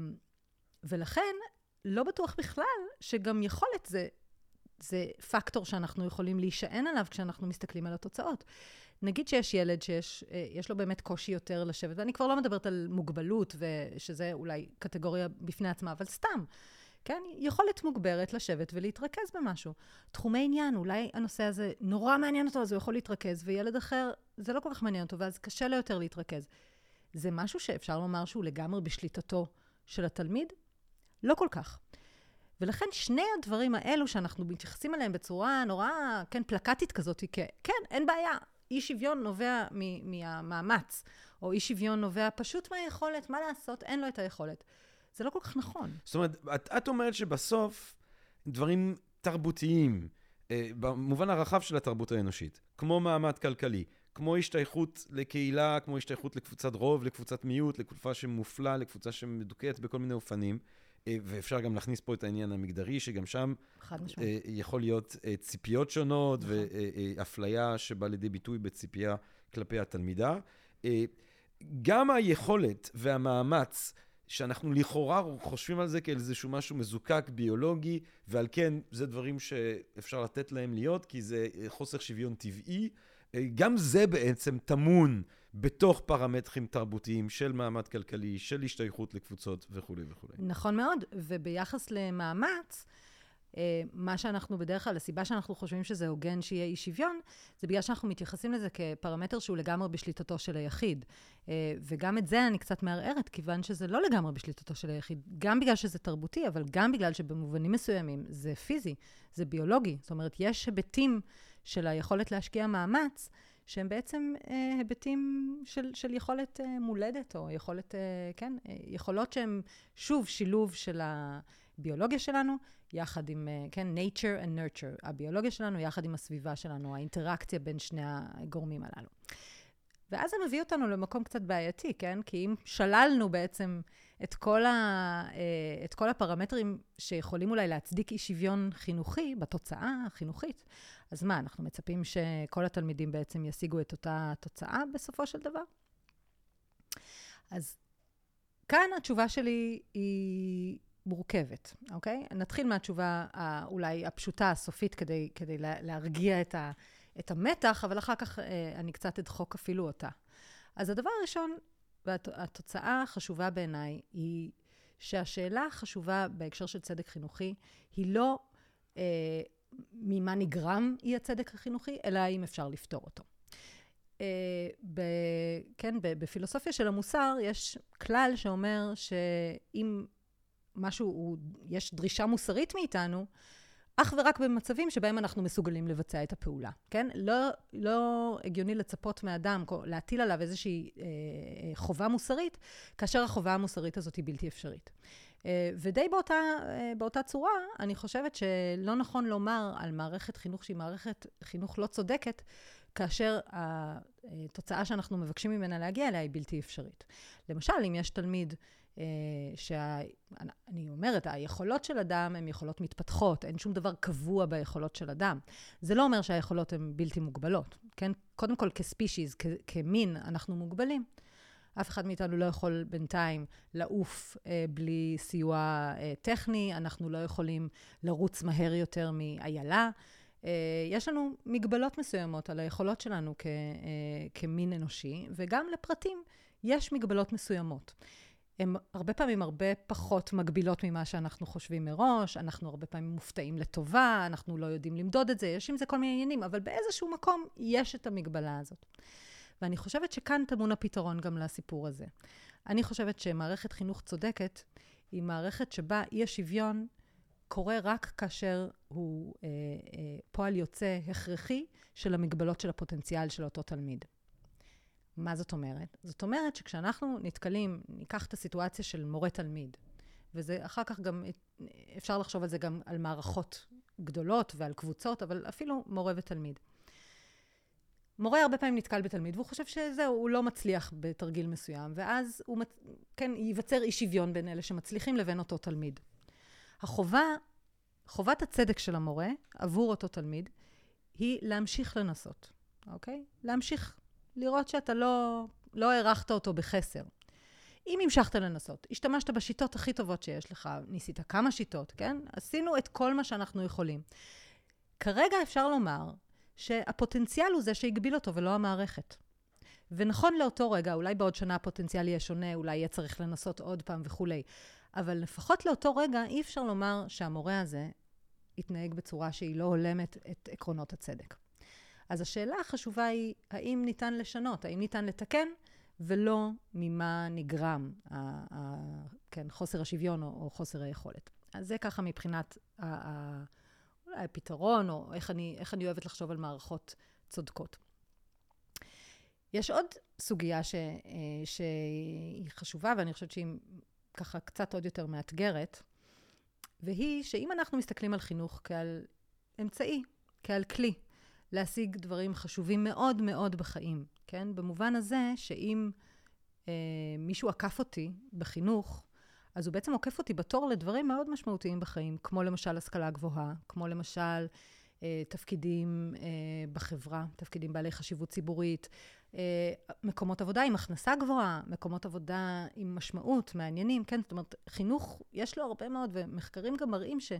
S2: ולכן, לא בטוח בכלל שגם יכולת זה... זה פקטור שאנחנו יכולים להישען עליו כשאנחנו מסתכלים על התוצאות. נגיד שיש ילד שיש יש לו באמת קושי יותר לשבת, ואני כבר לא מדברת על מוגבלות, ושזה אולי קטגוריה בפני עצמה, אבל סתם, כן? יכולת מוגברת לשבת ולהתרכז במשהו. תחומי עניין, אולי הנושא הזה נורא מעניין אותו, אז הוא יכול להתרכז, וילד אחר, זה לא כל כך מעניין אותו, ואז קשה לו יותר להתרכז. זה משהו שאפשר לומר שהוא לגמרי בשליטתו של התלמיד? לא כל כך. ולכן שני הדברים האלו שאנחנו מתייחסים אליהם בצורה נורא, כן, פלקטית כזאת, כן, אין בעיה. אי שוויון נובע מהמאמץ, או אי שוויון נובע פשוט מהיכולת, מה לעשות, אין לו את היכולת. זה לא כל כך נכון.
S1: זאת אומרת, את, את אומרת שבסוף דברים תרבותיים, במובן הרחב של התרבות האנושית, כמו מעמד כלכלי, כמו השתייכות לקהילה, כמו השתייכות לקבוצת רוב, לקבוצת מיעוט, לקבוצה שמופלה, לקבוצה שמדוכאת בכל מיני אופנים, ואפשר גם להכניס פה את העניין המגדרי, שגם שם יכול להיות ציפיות שונות, ואפליה שבא לידי ביטוי בציפייה כלפי התלמידה. גם היכולת והמאמץ שאנחנו לכאורה חושבים על זה כאל איזשהו משהו מזוקק ביולוגי, ועל כן זה דברים שאפשר לתת להם להיות, כי זה חוסר שוויון טבעי. גם זה בעצם תמון בתוך פרמטרים תרבותיים של מעמד כלכלי, של השתייכות לקבוצות וכו' וכו'.
S2: נכון מאוד, וביחס למאמץ, מה שאנחנו בדרך כלל, הסיבה שאנחנו חושבים שזה הוגן שיהיה אי שוויון, זה בגלל שאנחנו מתייחסים לזה כפרמטר שהוא לגמרי בשליטתו של היחיד. וגם את זה אני קצת מערערת, כיוון שזה לא לגמרי בשליטתו של היחיד, גם בגלל שזה תרבותי, אבל גם בגלל שבמובנים מסוימים זה פיזי, זה ביולוגי. זאת אומרת, יש היבטים של היכולת להשקיע מאמץ, שהם בעצם אה, היבטים של, של יכולת אה, מולדת, או יכולת, אה, כן, אה, יכולות שהם שוב שילוב של הביולוגיה שלנו, יחד עם, אה, כן, nature and nurture, הביולוגיה שלנו יחד עם הסביבה שלנו, האינטראקציה בין שני הגורמים הללו. ואז זה מביא אותנו למקום קצת בעייתי, כן? כי אם שללנו בעצם את כל, ה, אה, את כל הפרמטרים שיכולים אולי להצדיק אי שוויון חינוכי, בתוצאה החינוכית, אז מה, אנחנו מצפים שכל התלמידים בעצם ישיגו את אותה תוצאה בסופו של דבר? אז כאן התשובה שלי היא מורכבת, אוקיי? נתחיל מהתשובה אולי הפשוטה, הסופית, כדי, כדי להרגיע את, ה, את המתח, אבל אחר כך אה, אני קצת אדחוק אפילו אותה. אז הדבר הראשון, והתוצאה החשובה בעיניי, היא שהשאלה החשובה בהקשר של צדק חינוכי, היא לא אה, ממה נגרם אי הצדק החינוכי, אלא אם אפשר לפתור אותו. Uh, ב, כן, ב, בפילוסופיה של המוסר יש כלל שאומר שאם משהו, הוא, יש דרישה מוסרית מאיתנו, אך ורק במצבים שבהם אנחנו מסוגלים לבצע את הפעולה. כן? לא, לא הגיוני לצפות מאדם, להטיל עליו איזושהי אה, חובה מוסרית, כאשר החובה המוסרית הזאת היא בלתי אפשרית. ודי באותה, באותה צורה, אני חושבת שלא נכון לומר על מערכת חינוך שהיא מערכת חינוך לא צודקת, כאשר התוצאה שאנחנו מבקשים ממנה להגיע אליה היא בלתי אפשרית. למשל, אם יש תלמיד שאני אומרת, היכולות של אדם הן יכולות מתפתחות, אין שום דבר קבוע ביכולות של אדם. זה לא אומר שהיכולות הן בלתי מוגבלות. כן? קודם כל, כספישיז, כ- כמין, אנחנו מוגבלים. אף אחד מאיתנו לא יכול בינתיים לעוף אה, בלי סיוע אה, טכני, אנחנו לא יכולים לרוץ מהר יותר מאיילה. אה, יש לנו מגבלות מסוימות על היכולות שלנו כ, אה, כמין אנושי, וגם לפרטים יש מגבלות מסוימות. הן הרבה פעמים הרבה פחות מגבילות ממה שאנחנו חושבים מראש, אנחנו הרבה פעמים מופתעים לטובה, אנחנו לא יודעים למדוד את זה, יש עם זה כל מיני עניינים, אבל באיזשהו מקום יש את המגבלה הזאת. ואני חושבת שכאן טמון הפתרון גם לסיפור הזה. אני חושבת שמערכת חינוך צודקת היא מערכת שבה אי השוויון קורה רק כאשר הוא אה, אה, פועל יוצא הכרחי של המגבלות של הפוטנציאל של אותו תלמיד. מה זאת אומרת? זאת אומרת שכשאנחנו נתקלים, ניקח את הסיטואציה של מורה תלמיד, וזה אחר כך גם, אפשר לחשוב על זה גם על מערכות גדולות ועל קבוצות, אבל אפילו מורה ותלמיד. מורה הרבה פעמים נתקל בתלמיד, והוא חושב שזהו, הוא לא מצליח בתרגיל מסוים, ואז הוא, כן, ייווצר אי שוויון בין אלה שמצליחים לבין אותו תלמיד. החובה, חובת הצדק של המורה עבור אותו תלמיד, היא להמשיך לנסות, אוקיי? להמשיך לראות שאתה לא, לא הערכת אותו בחסר. אם המשכת לנסות, השתמשת בשיטות הכי טובות שיש לך, ניסית כמה שיטות, כן? עשינו את כל מה שאנחנו יכולים. כרגע אפשר לומר שהפוטנציאל הוא זה שהגביל אותו ולא המערכת. ונכון לאותו רגע, אולי בעוד שנה הפוטנציאל יהיה שונה, אולי יהיה צריך לנסות עוד פעם וכו'. אבל לפחות לאותו רגע אי אפשר לומר שהמורה הזה יתנהג בצורה שהיא לא הולמת את עקרונות הצדק. אז השאלה החשובה היא, האם ניתן לשנות, האם ניתן לתקן, ולא ממה נגרם, ה- ה- כן, חוסר השוויון או, או חוסר היכולת. אז זה ככה מבחינת ה- ה- אולי הפתרון, או איך אני, איך אני אוהבת לחשוב על מערכות צודקות. יש עוד סוגיה ש, שהיא חשובה, ואני חושבת שהיא ככה קצת עוד יותר מאתגרת, והיא שאם אנחנו מסתכלים על חינוך כעל אמצעי, כעל כלי, להשיג דברים חשובים מאוד מאוד בחיים, כן? במובן הזה שאם אה, מישהו עקף אותי בחינוך, אז הוא בעצם עוקף אותי בתור לדברים מאוד משמעותיים בחיים, כמו למשל השכלה גבוהה, כמו למשל אה, תפקידים אה, בחברה, תפקידים בעלי חשיבות ציבורית, אה, מקומות עבודה עם הכנסה גבוהה, מקומות עבודה עם משמעות, מעניינים, כן? זאת אומרת, חינוך יש לו הרבה מאוד, ומחקרים גם מראים ש...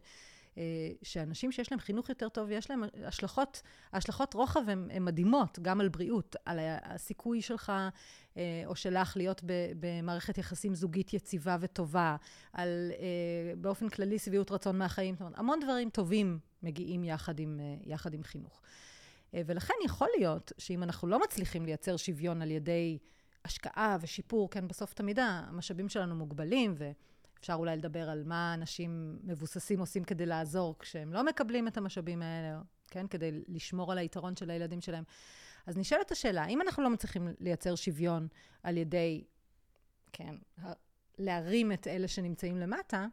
S2: שאנשים שיש להם חינוך יותר טוב, יש להם השלכות, השלכות רוחב הן מדהימות, גם על בריאות, על הסיכוי שלך או שלך להיות במערכת יחסים זוגית יציבה וטובה, על באופן כללי סביעות רצון מהחיים, זאת אומרת, המון דברים טובים מגיעים יחד עם, יחד עם חינוך. ולכן יכול להיות שאם אנחנו לא מצליחים לייצר שוויון על ידי השקעה ושיפור, כן, בסוף תמיד המשאבים שלנו מוגבלים ו... אפשר אולי לדבר על מה אנשים מבוססים עושים כדי לעזור כשהם לא מקבלים את המשאבים האלה, כן? כדי לשמור על היתרון של הילדים שלהם. אז נשאלת השאלה, אם אנחנו לא מצליחים לייצר שוויון על ידי, כן, להרים את אלה שנמצאים למטה,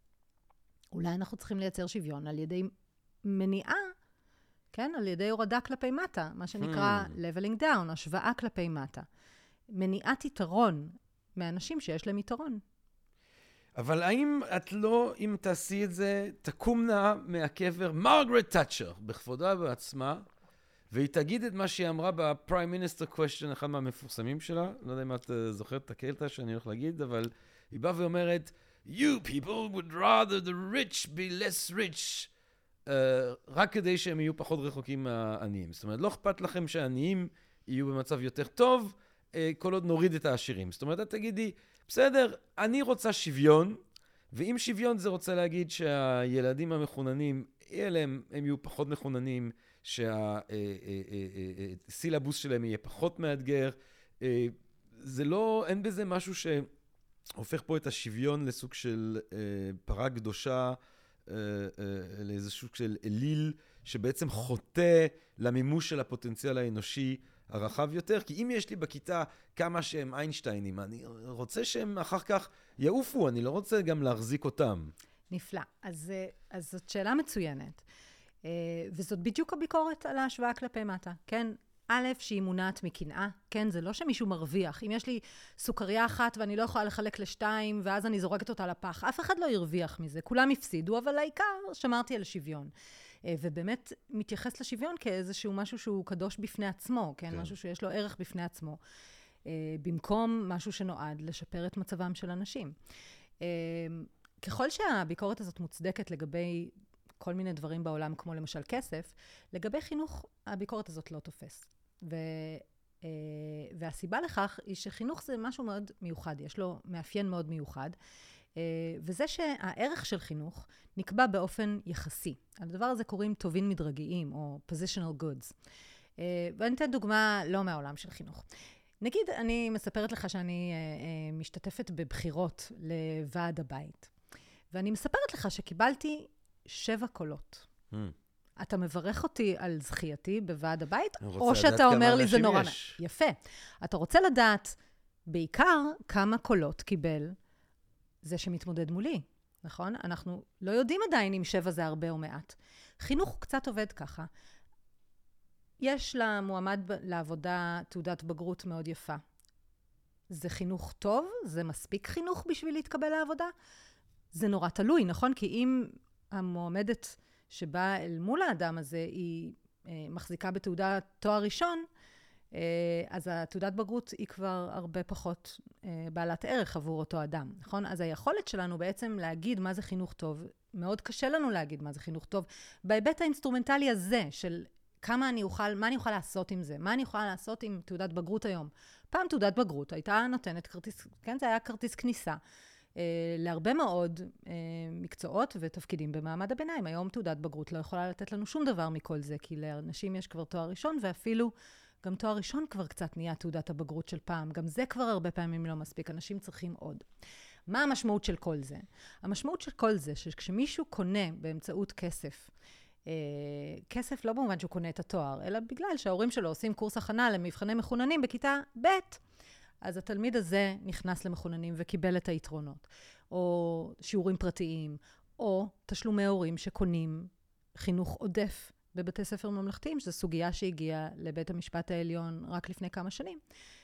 S2: אולי אנחנו צריכים לייצר שוויון על ידי מניעה, כן? על ידי הורדה כלפי מטה, מה שנקרא hmm. leveling down, השוואה כלפי מטה. מניעת יתרון מאנשים שיש להם יתרון.
S1: אבל האם את לא, אם תעשי את זה, תקום נא מהקבר מרגרט תאצ'ר, בכבודה בעצמה, והיא תגיד את מה שהיא אמרה בפריים מיניסטר קוושטיין, אחד מהמפורסמים שלה, לא יודע אם את זוכרת את הקלטה שאני הולך להגיד, אבל היא באה ואומרת, You people would rather the rich be less rich, uh, רק כדי שהם יהיו פחות רחוקים מהעניים. זאת אומרת, לא אכפת לכם שהעניים יהיו במצב יותר טוב, uh, כל עוד נוריד את העשירים. זאת אומרת, את תגידי, בסדר, אני רוצה שוויון, ואם שוויון זה רוצה להגיד שהילדים המחוננים, אליהם הם יהיו פחות מחוננים, שהסילבוס שלהם יהיה פחות מאתגר. זה לא, אין בזה משהו שהופך פה את השוויון לסוג של פרה קדושה, לאיזה סוג של אליל, שבעצם חוטא למימוש של הפוטנציאל האנושי, הרחב יותר, כי אם יש לי בכיתה כמה שהם איינשטיינים, אני רוצה שהם אחר כך יעופו, אני לא רוצה גם להחזיק אותם.
S2: נפלא. אז, אז זאת שאלה מצוינת. וזאת בדיוק הביקורת על ההשוואה כלפי מטה. כן, א', שהיא מונעת מקנאה, כן, זה לא שמישהו מרוויח. אם יש לי סוכריה אחת ואני לא יכולה לחלק לשתיים, ואז אני זורקת אותה לפח, אף אחד לא ירוויח מזה. כולם הפסידו, אבל העיקר שמרתי על שוויון. ובאמת מתייחס לשוויון כאיזשהו משהו שהוא קדוש בפני עצמו, כן? כן. משהו שיש לו ערך בפני עצמו, במקום משהו שנועד לשפר את מצבם של אנשים. ככל שהביקורת הזאת מוצדקת לגבי כל מיני דברים בעולם, כמו למשל כסף, לגבי חינוך, הביקורת הזאת לא תופס. ו... והסיבה לכך היא שחינוך זה משהו מאוד מיוחד, יש לו מאפיין מאוד מיוחד, וזה שהערך של חינוך נקבע באופן יחסי. הדבר הזה קוראים טובין מדרגיים, או positional goods. ואני אתן דוגמה לא מהעולם של חינוך. נגיד, אני מספרת לך שאני משתתפת בבחירות לוועד הבית, ואני מספרת לך שקיבלתי שבע קולות. Mm. אתה מברך אותי על זכייתי בוועד הבית, או שאתה אומר לי זה נורא... יש. יפה. אתה רוצה לדעת בעיקר כמה קולות קיבל זה שמתמודד מולי, נכון? אנחנו לא יודעים עדיין אם שבע זה הרבה או מעט. חינוך הוא קצת עובד ככה. יש למועמד לעבודה תעודת בגרות מאוד יפה. זה חינוך טוב? זה מספיק חינוך בשביל להתקבל לעבודה? זה נורא תלוי, נכון? כי אם המועמדת שבאה אל מול האדם הזה, היא אה, מחזיקה בתעודה תואר ראשון, אה, אז התעודת בגרות היא כבר הרבה פחות אה, בעלת ערך עבור אותו אדם, נכון? אז היכולת שלנו בעצם להגיד מה זה חינוך טוב, מאוד קשה לנו להגיד מה זה חינוך טוב, בהיבט האינסטרומנטלי הזה של כמה אני אוכל, מה אני אוכל לעשות עם זה, מה אני יכולה לעשות עם תעודת בגרות היום. פעם תעודת בגרות הייתה נותנת כרטיס, כן, זה היה כרטיס כניסה, להרבה מאוד מקצועות ותפקידים במעמד הביניים. היום תעודת בגרות לא יכולה לתת לנו שום דבר מכל זה, כי לאנשים יש כבר תואר ראשון, ואפילו גם תואר ראשון כבר קצת נהיה תעודת הבגרות של פעם. גם זה כבר הרבה פעמים לא מספיק, אנשים צריכים עוד. מה המשמעות של כל זה? המשמעות של כל זה, שכשמישהו קונה באמצעות כסף כסף לא במובן שהוא קונה את התואר, אלא בגלל שההורים שלו עושים קורס הכנה למבחני מחוננים בכיתה ב', אז התלמיד הזה נכנס למחוננים וקיבל את היתרונות. או שיעורים פרטיים, או תשלומי הורים שקונים חינוך עודף בבתי ספר ממלכתיים, שזו סוגיה שהגיעה לבית המשפט העליון רק לפני כמה שנים.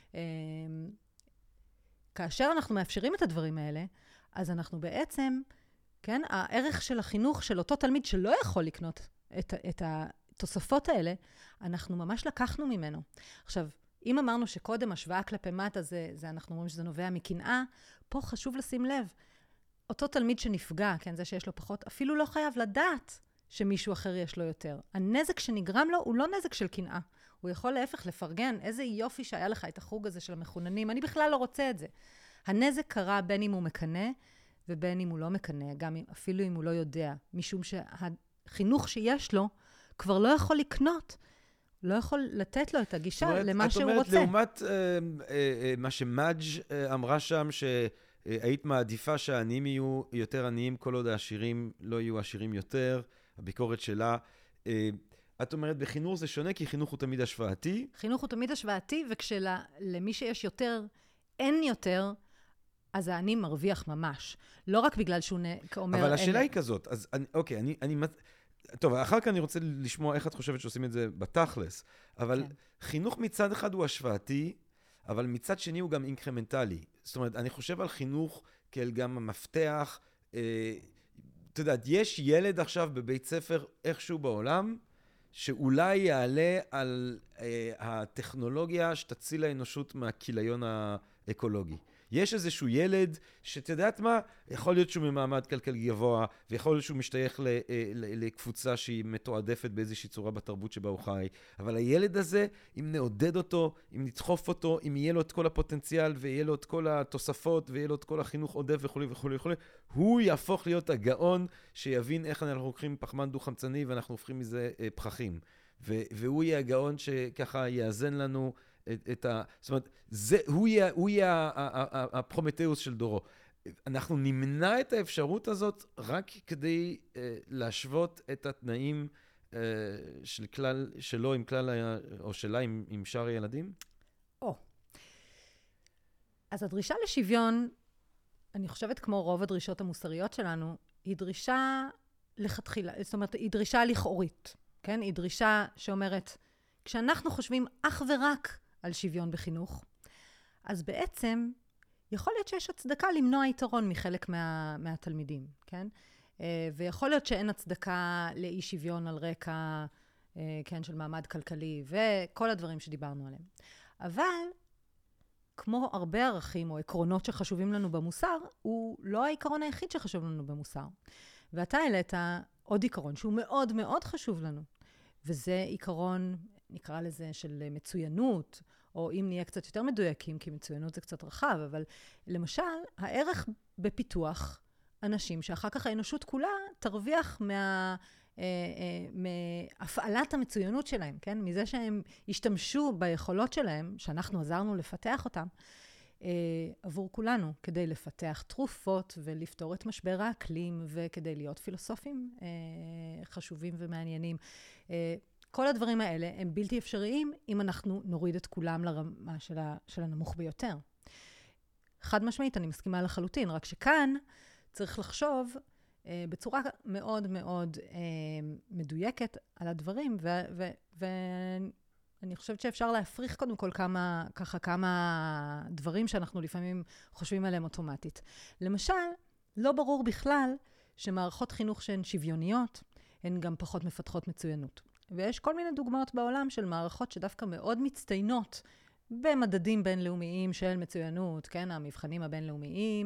S2: כאשר אנחנו מאפשרים את הדברים האלה, אז אנחנו בעצם, כן, הערך של החינוך של אותו תלמיד שלא יכול לקנות את, את התוספות האלה, אנחנו ממש לקחנו ממנו. עכשיו, אם אמרנו שקודם השוואה כלפי מטה, זה, זה אנחנו אומרים שזה נובע מקנאה, פה חשוב לשים לב. אותו תלמיד שנפגע, כן, זה שיש לו פחות, אפילו לא חייב לדעת שמישהו אחר יש לו יותר. הנזק שנגרם לו הוא לא נזק של קנאה. הוא יכול להפך לפרגן, איזה יופי שהיה לך את החוג הזה של המחוננים, אני בכלל לא רוצה את זה. הנזק קרה בין אם הוא מקנה, ובין אם הוא לא מקנה, גם אם, אפילו אם הוא לא יודע, משום שהחינוך שיש לו כבר לא יכול לקנות, לא יכול לתת לו את הגישה אומרת, למה שהוא
S1: אומרת,
S2: רוצה.
S1: לעומת אה, אה, מה שמאג' אה, אמרה שם, שהיית מעדיפה שהעניים יהיו יותר עניים, כל עוד העשירים לא יהיו עשירים יותר, הביקורת שלה. אה, את אומרת, בחינוך זה שונה, כי חינוך הוא תמיד השוואתי.
S2: חינוך הוא תמיד השוואתי, וכשלמי שיש יותר, אין יותר, אז העני מרוויח ממש. לא רק בגלל שהוא אומר...
S1: אבל השאלה היא כזאת, אז אני, אוקיי, אני... אני טוב, אחר כך אני רוצה לשמוע איך את חושבת שעושים את זה בתכלס, אבל כן. חינוך מצד אחד הוא השוואתי, אבל מצד שני הוא גם אינקרמנטלי. זאת אומרת, אני חושב על חינוך כאל גם המפתח. אה, אתה יודע, יש ילד עכשיו בבית ספר איכשהו בעולם, שאולי יעלה על אה, הטכנולוגיה שתציל האנושות מהכיליון האקולוגי. יש איזשהו ילד שאת יודעת מה, יכול להיות שהוא ממעמד כלכלי גבוה, ויכול להיות שהוא משתייך ל, ל, לקבוצה שהיא מתועדפת באיזושהי צורה בתרבות שבה הוא חי, אבל הילד הזה, אם נעודד אותו, אם נדחוף אותו, אם יהיה לו את כל הפוטנציאל, ויהיה לו את כל התוספות, ויהיה לו את כל החינוך עודף וכו' וכו' וכו', הוא יהפוך להיות הגאון שיבין איך אנחנו לוקחים פחמן דו-חמצני, ואנחנו הופכים מזה פחחים. ו- והוא יהיה הגאון שככה יאזן לנו את, את ה... זאת אומרת, זה, הוא יהיה, הוא יהיה הפרומטאוס של דורו. אנחנו נמנע את האפשרות הזאת רק כדי אה, להשוות את התנאים אה, של כלל, שלו עם כלל, ה... או שלה עם, עם שאר הילדים?
S2: או. אז הדרישה לשוויון, אני חושבת כמו רוב הדרישות המוסריות שלנו, היא דרישה לכתחילה, זאת אומרת, היא דרישה לכאורית. כן? היא דרישה שאומרת, כשאנחנו חושבים אך ורק על שוויון בחינוך, אז בעצם יכול להיות שיש הצדקה למנוע יתרון מחלק מה, מהתלמידים, כן? ויכול להיות שאין הצדקה לאי שוויון על רקע, כן, של מעמד כלכלי, וכל הדברים שדיברנו עליהם. אבל, כמו הרבה ערכים או עקרונות שחשובים לנו במוסר, הוא לא העיקרון היחיד שחשוב לנו במוסר. ואתה העלית עוד עיקרון שהוא מאוד מאוד חשוב לנו. וזה עיקרון, נקרא לזה, של מצוינות, או אם נהיה קצת יותר מדויקים, כי מצוינות זה קצת רחב, אבל למשל, הערך בפיתוח אנשים שאחר כך האנושות כולה תרוויח מה, אה, אה, מהפעלת המצוינות שלהם, כן? מזה שהם השתמשו ביכולות שלהם, שאנחנו עזרנו לפתח אותם, עבור כולנו, כדי לפתח תרופות ולפתור את משבר האקלים, וכדי להיות פילוסופים חשובים ומעניינים. כל הדברים האלה הם בלתי אפשריים אם אנחנו נוריד את כולם לרמה של, ה, של הנמוך ביותר. חד משמעית, אני מסכימה לחלוטין, רק שכאן צריך לחשוב בצורה מאוד מאוד מדויקת על הדברים, ו... ו, ו אני חושבת שאפשר להפריך קודם כל כמה, ככה כמה דברים שאנחנו לפעמים חושבים עליהם אוטומטית. למשל, לא ברור בכלל שמערכות חינוך שהן שוויוניות, הן גם פחות מפתחות מצוינות. ויש כל מיני דוגמאות בעולם של מערכות שדווקא מאוד מצטיינות במדדים בינלאומיים של מצוינות, כן, המבחנים הבינלאומיים,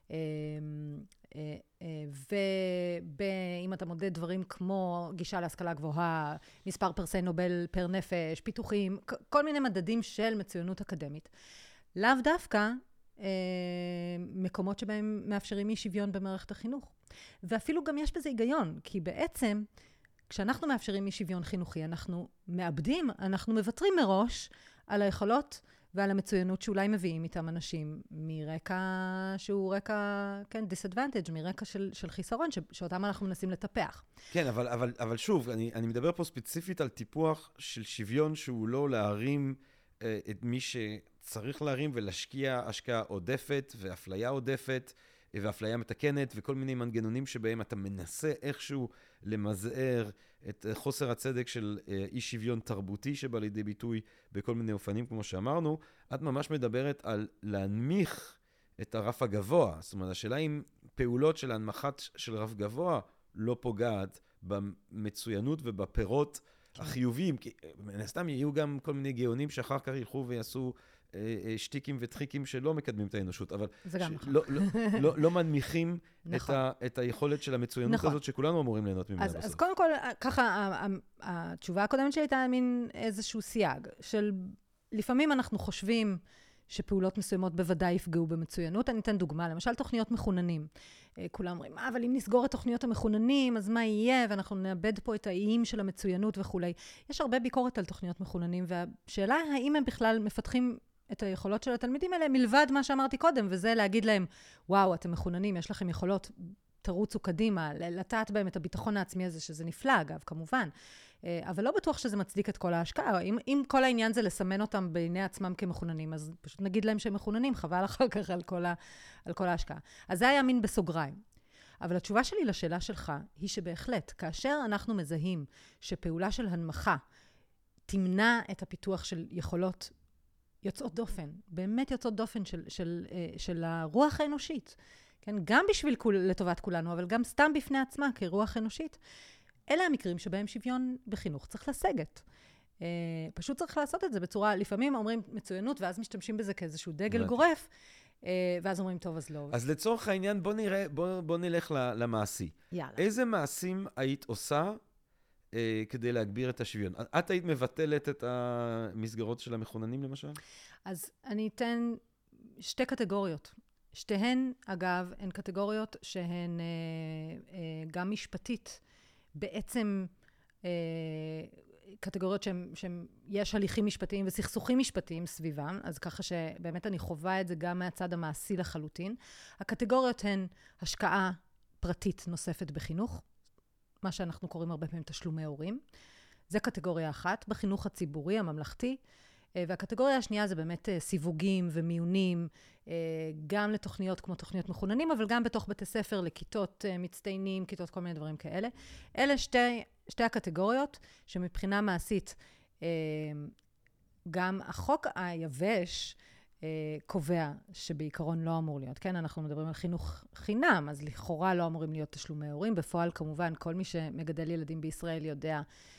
S2: ואם אתה מודד דברים כמו גישה להשכלה גבוהה, מספר פרסי נובל פר נפש, פיתוחים, כל מיני מדדים של מצוינות אקדמית. לאו דווקא מקומות שבהם מאפשרים אי שוויון במערכת החינוך. ואפילו גם יש בזה היגיון, כי בעצם כשאנחנו מאפשרים אי שוויון חינוכי, אנחנו מאבדים, אנחנו מבטרים מראש על היכולות ועל המצוינות שאולי מביאים איתם אנשים מרקע שהוא רקע, כן, disadvantage, מרקע של, של חיסרון, ש, שאותם אנחנו מנסים לטפח.
S1: כן, אבל, אבל, אבל שוב, אני, אני מדבר פה ספציפית על טיפוח של שוויון שהוא לא להרים אה, את מי שצריך להרים ולהשקיע השקעה עודפת ואפליה עודפת ואפליה מתקנת וכל מיני מנגנונים שבהם אתה מנסה איכשהו למזער את חוסר הצדק של אי שוויון תרבותי שבא לידי ביטוי בכל מיני אופנים, כמו שאמרנו. את ממש מדברת על להנמיך את הרף הגבוה. זאת אומרת, השאלה אם פעולות של הנמכת של רף גבוה לא פוגעת במצוינות ובפירות כן. החיוביים. כי סתם יהיו גם כל מיני גאונים שאחר כך ילכו ויעשו שטיקים וטריקים שלא מקדמים את האנושות, אבל לא, לא, לא, לא מנמיכים נכון. את, ה, את היכולת של המצוינות נכון. הזאת שכולנו אמורים ליהנות ממנה
S2: אז,
S1: בסוף.
S2: אז קודם כל, ככה, התשובה הקודמת שלי הייתה מין איזשהו סייג, של לפעמים אנחנו חושבים שפעולות מסוימות בוודאי יפגעו במצוינות. אני אתן דוגמה, למשל תוכניות מחוננים. כולם אומרים, אה, אבל אם נסגור את תוכניות המחוננים, אז מה יהיה? ואנחנו נאבד פה את האיים של המצוינות וכולי. יש הרבה ביקורת על תוכניות מחוננים, והשאלה האם הם בכלל מפתחים את היכולות של התלמידים האלה, מלבד מה שאמרתי קודם, וזה להגיד להם, וואו, אתם מחוננים, יש לכם יכולות, תרוצו קדימה, לטעת בהם את הביטחון העצמי הזה, שזה נפלא, אגב, כמובן. אבל לא בטוח שזה מצדיק את כל ההשקעה. אם, אם כל העניין זה לסמן אותם בעיני עצמם כמחוננים, אז פשוט נגיד להם שהם מחוננים, חבל אחר כך על כל, ה, על כל ההשקעה. אז זה היה מין בסוגריים. אבל התשובה שלי לשאלה שלך, היא שבהחלט, כאשר אנחנו מזהים שפעולה של הנמכה תמנע את הפיתוח של יכולות יוצאות דופן, באמת יוצאות דופן של, של, של הרוח האנושית, כן? גם בשביל כול, לטובת כולנו, אבל גם סתם בפני עצמה כרוח אנושית, אלה המקרים שבהם שוויון בחינוך צריך לסגת. אה, פשוט צריך לעשות את זה בצורה, לפעמים אומרים מצוינות, ואז משתמשים בזה כאיזשהו דגל גורף, אה, ואז אומרים טוב, אז לא.
S1: אז לצורך העניין, בוא נראה, בוא, בוא נלך למעשי.
S2: יאללה.
S1: איזה מעשים היית עושה אה, כדי להגביר את השוויון? את היית מבטלת את המסגרות של המחוננים, למשל?
S2: אז אני אתן שתי קטגוריות. שתיהן, אגב, הן קטגוריות שהן אה, אה, גם משפטית, בעצם אה, קטגוריות שיש הליכים משפטיים וסכסוכים משפטיים סביבם, אז ככה שבאמת אני חובה את זה גם מהצד המעשי לחלוטין. הקטגוריות הן השקעה פרטית נוספת בחינוך, מה שאנחנו קוראים הרבה פעמים תשלומי הורים. זה קטגוריה אחת, בחינוך הציבורי, הממלכתי, והקטגוריה השנייה זה באמת סיווגים ומיונים, גם לתוכניות כמו תוכניות מחוננים, אבל גם בתוך בתי ספר לכיתות מצטיינים, כיתות כל מיני דברים כאלה. אלה שתי, שתי הקטגוריות שמבחינה מעשית, גם החוק היבש קובע שבעיקרון לא אמור להיות. כן, אנחנו מדברים על חינוך חינם, אז לכאורה לא אמורים להיות תשלומי הורים. בפועל, כמובן, כל מי שמגדל ילדים בישראל יודע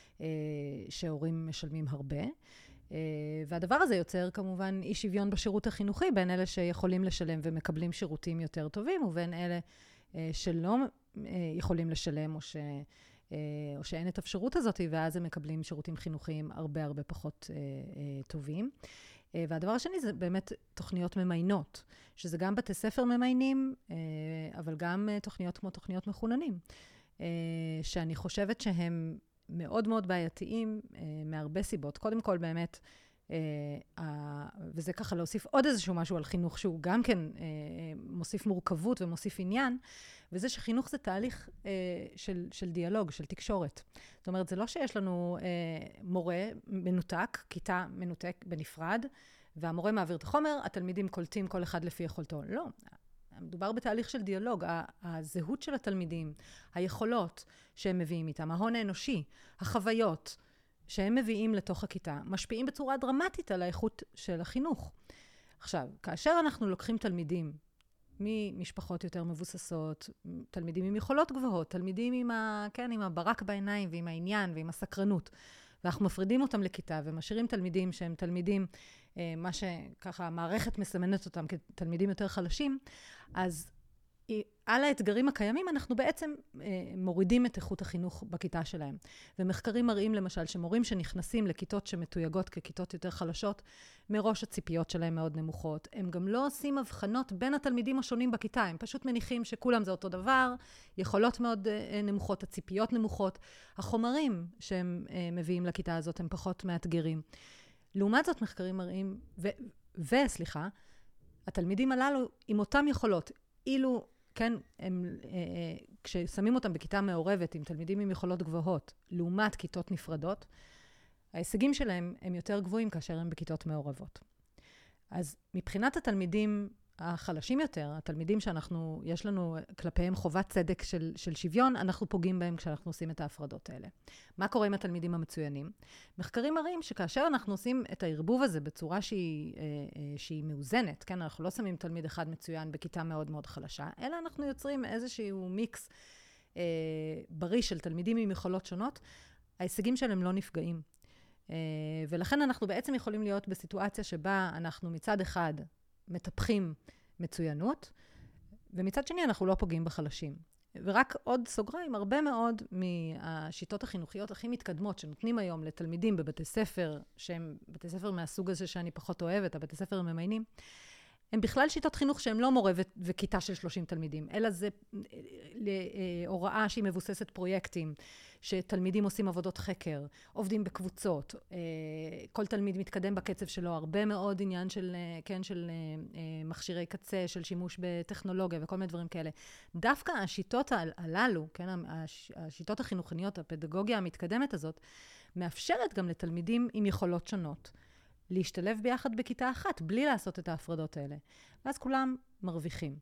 S2: שהורים משלמים הרבה. והדבר הזה יוצר כמובן אי שוויון בשירות החינוכי, בין אלה שיכולים לשלם ומקבלים שירותים יותר טובים, ובין אלה שלא יכולים לשלם, או, ש, או שאין את האפשרות הזאת, ואז הם מקבלים שירותים חינוכיים הרבה הרבה פחות טובים. והדבר השני זה באמת תוכניות ממיינות, שזה גם בתי ספר ממיינים, אבל גם תוכניות כמו תוכניות מחוננים, שאני חושבת שהם מאוד מאוד בעייתיים, אה, מהרבה סיבות. קודם כל, באמת, אה, אה, וזה ככה להוסיף עוד איזשהו משהו על חינוך, שהוא גם כן אה, מוסיף מורכבות ומוסיף עניין, וזה שחינוך זה תהליך אה, של, של דיאלוג, של תקשורת. זאת אומרת, זה לא שיש לנו אה, מורה מנותק, כיתה מנותק בנפרד, והמורה מעביר את החומר, התלמידים קולטים כל אחד לפי יכולתו. לא. מדובר בתהליך של דיאלוג, הזהות של התלמידים, היכולות שהם מביאים איתם, ההון האנושי, החוויות שהם מביאים לתוך הכיתה, משפיעים בצורה דרמטית על האיכות של החינוך. עכשיו, כאשר אנחנו לוקחים תלמידים ממשפחות יותר מבוססות, תלמידים עם יכולות גבוהות, תלמידים עם, ה, כן, עם הברק בעיניים ועם העניין ועם הסקרנות, ואנחנו מפרידים אותם לכיתה ומשאירים תלמידים שהם תלמידים, מה שככה המערכת מסמנת אותם כתלמידים יותר חלשים, אז על האתגרים הקיימים אנחנו בעצם מורידים את איכות החינוך בכיתה שלהם. ומחקרים מראים למשל שמורים שנכנסים לכיתות שמתויגות ככיתות יותר חלשות, מראש הציפיות שלהם מאוד נמוכות. הם גם לא עושים הבחנות בין התלמידים השונים בכיתה, הם פשוט מניחים שכולם זה אותו דבר, יכולות מאוד נמוכות, הציפיות נמוכות. החומרים שהם מביאים לכיתה הזאת הם פחות מאתגרים. לעומת זאת מחקרים מראים, ו- וסליחה, התלמידים הללו עם אותם יכולות, אילו, כן, הם, אה, כששמים אותם בכיתה מעורבת עם תלמידים עם יכולות גבוהות, לעומת כיתות נפרדות, ההישגים שלהם הם יותר גבוהים כאשר הם בכיתות מעורבות. אז מבחינת התלמידים החלשים יותר, התלמידים שאנחנו, יש לנו כלפיהם חובת צדק של, של שוויון, אנחנו פוגעים בהם כשאנחנו עושים את ההפרדות האלה. מה קורה עם התלמידים המצוינים? מחקרים מראים שכאשר אנחנו עושים את הערבוב הזה בצורה שהיא, שהיא מאוזנת, כן? אנחנו לא שמים תלמיד אחד מצוין בכיתה מאוד מאוד חלשה, אלא אנחנו יוצרים איזשהו מיקס אה, בריא של תלמידים עם יכולות שונות, ההישגים שלהם לא נפגעים. אה, ולכן אנחנו בעצם יכולים להיות בסיטואציה שבה אנחנו מצד אחד מטפחים מצוינות, ומצד שני אנחנו לא פוגעים בחלשים. ורק עוד סוגריים, הרבה מאוד מהשיטות החינוכיות הכי מתקדמות שנותנים היום לתלמידים בבתי ספר, שהם בתי ספר מהסוג הזה שאני פחות אוהבת, הבתי ספר הממיינים, הם בכלל שיטות חינוך שהם לא מורה וכיתה של שלושים תלמידים, אלא זה הוראה שהיא מבוססת פרויקטים, שתלמידים עושים עבודות חקר, עובדים בקבוצות, כל תלמיד מתקדם בקצב שלו, הרבה מאוד עניין של, כן, של מכשירי קצה, של שימוש בטכנולוגיה וכל מיני דברים כאלה. דווקא השיטות הללו, כן, השיטות החינוכניות, הפדגוגיה המתקדמת הזאת, מאפשרת גם לתלמידים עם יכולות שונות. להשתלב ביחד בכיתה אחת, בלי לעשות את ההפרדות האלה. ואז כולם מרוויחים.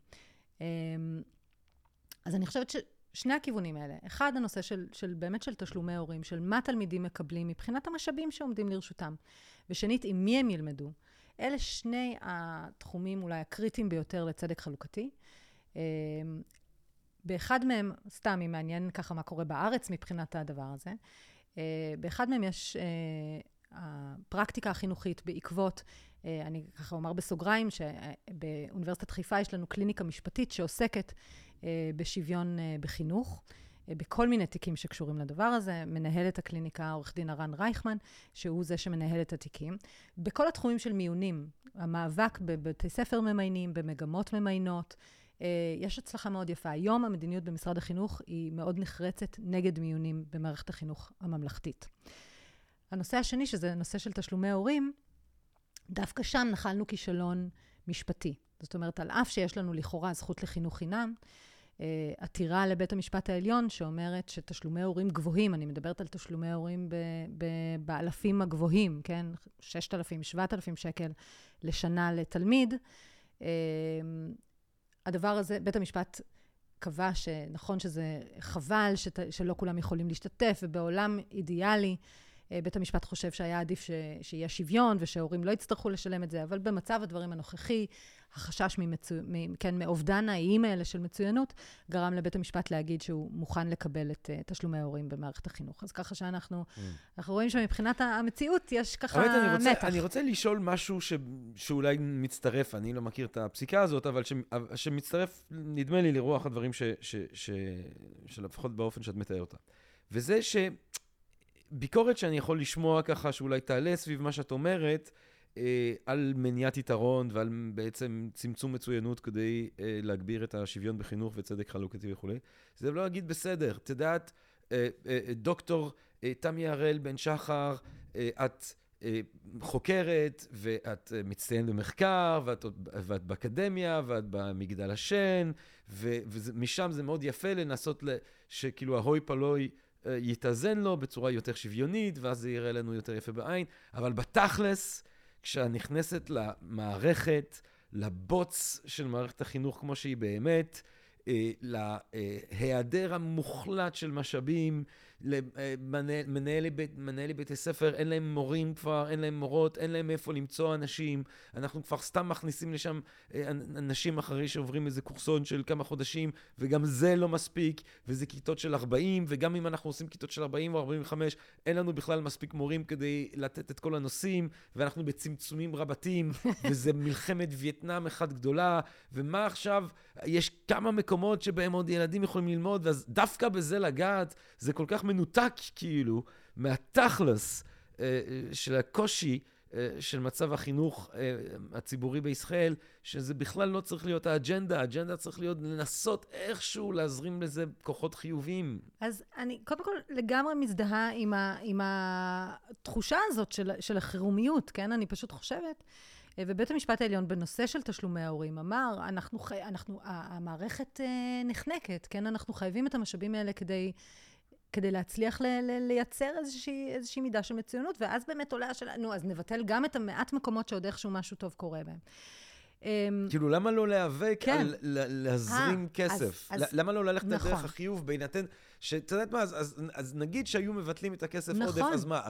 S2: אז אני חושבת ששני הכיוונים האלה, אחד הנושא של, של באמת של תשלומי הורים, של מה תלמידים מקבלים מבחינת המשאבים שעומדים לרשותם, ושנית, עם מי הם ילמדו. אלה שני התחומים אולי הקריטיים ביותר לצדק חלוקתי. באחד מהם, סתם, אם מעניין ככה מה קורה בארץ מבחינת הדבר הזה, באחד מהם יש הפרקטיקה החינוכית בעקבות, אני ככה אומר בסוגריים, שבאוניברסיטת חיפה יש לנו קליניקה משפטית שעוסקת בשוויון בחינוך, בכל מיני תיקים שקשורים לדבר הזה. מנהלת הקליניקה עורך דין הרן רייכמן, שהוא זה שמנהל את התיקים. בכל התחומים של מיונים, המאבק בבתי ספר ממיינים, במגמות ממיינות, יש הצלחה מאוד יפה. היום המדיניות במשרד החינוך היא מאוד נחרצת נגד מיונים במערכת החינוך הממלכתית. הנושא השני, שזה נושא של תשלומי הורים, דווקא שם נחלנו כישלון משפטי. זאת אומרת, על אף שיש לנו לכאורה זכות לחינוך חינם, עתירה לבית המשפט העליון שאומרת שתשלומי הורים גבוהים, אני מדברת על תשלומי הורים באלפים הגבוהים, כן? ששת אלפים, שבעת אלפים שקל לשנה לתלמיד. הדבר הזה, בית המשפט קבע שנכון שזה חבל, שלא כולם יכולים להשתתף, ובעולם אידיאלי, בית המשפט חושב שהיה עדיף ש... שיהיה שוויון, ושההורים לא יצטרכו לשלם את זה, אבל במצב הדברים הנוכחי, החשש ממצו... מ... כן, מאובדן האיים האלה של מצוינות, גרם לבית המשפט להגיד שהוא מוכן לקבל את uh, תשלומי ההורים במערכת החינוך. אז ככה שאנחנו mm. אנחנו רואים שמבחינת המציאות יש ככה
S1: אני רוצה,
S2: מתח.
S1: אני רוצה לשאול משהו ש... שאולי מצטרף, אני לא מכיר את הפסיקה הזאת, אבל ש... שמצטרף, נדמה לי, לרוח הדברים ש... ש... ש... שלפחות באופן שאת מתאר אותה. וזה ש... ביקורת שאני יכול לשמוע ככה, שאולי תעלה סביב מה שאת אומרת, אה, על מניעת יתרון ועל בעצם צמצום מצוינות כדי אה, להגביר את השוויון בחינוך וצדק חלוקתי וכו'. זה לא להגיד בסדר. את יודעת, אה, אה, דוקטור אה, תמי הראל בן שחר, אה, את אה, חוקרת ואת אה, מצטיינת במחקר ואת, ואת באקדמיה ואת במגדל השן, ומשם זה מאוד יפה לנסות ל, שכאילו ההוי פלוי יתאזן לו בצורה יותר שוויונית, ואז זה יראה לנו יותר יפה בעין. אבל בתכלס, כשנכנסת למערכת, לבוץ של מערכת החינוך כמו שהיא באמת, להיעדר המוחלט של משאבים, למנהלי בית, מנהלי בתי ספר, אין להם מורים כבר, אין להם מורות, אין להם איפה למצוא אנשים. אנחנו כבר סתם מכניסים לשם אנשים אחרי שעוברים איזה קורסון של כמה חודשים, וגם זה לא מספיק, וזה כיתות של ארבעים, וגם אם אנחנו עושים כיתות של ארבעים או ארבעים וחמש, אין לנו בכלל מספיק מורים כדי לתת את כל הנושאים, ואנחנו בצמצומים רבתיים, וזה מלחמת וייטנאם אחת גדולה, ומה עכשיו? יש כמה מקומות שבהם עוד ילדים יכולים ללמוד, ואז דווקא בזה לגעת, זה כל כך מנותק כאילו מהתכלס אה, של הקושי אה, של מצב החינוך אה, הציבורי בישראל, שזה בכלל לא צריך להיות האג'נדה, האג'נדה צריך להיות לנסות איכשהו להזרים לזה כוחות חיוביים.
S2: אז אני קודם כל לגמרי מזדהה עם, ה, עם התחושה הזאת של, של החירומיות, כן? אני פשוט חושבת ובית המשפט העליון בנושא של תשלומי ההורים אמר, אנחנו, חי... אנחנו, המערכת נחנקת, כן? אנחנו חייבים את המשאבים האלה כדי, כדי להצליח ל... ל... לייצר איזושהי, איזושהי מידה של מצוינות, ואז באמת עולה השאלה, נו, אז נבטל גם את המעט מקומות שעוד איכשהו משהו טוב קורה בהם.
S1: כאילו, למה לא להיאבק על להזרים כסף? למה לא ללכת לדרך החיוב בהינתן, שאתה יודעת מה, אז נגיד שהיו מבטלים את הכסף עודף, אז מה?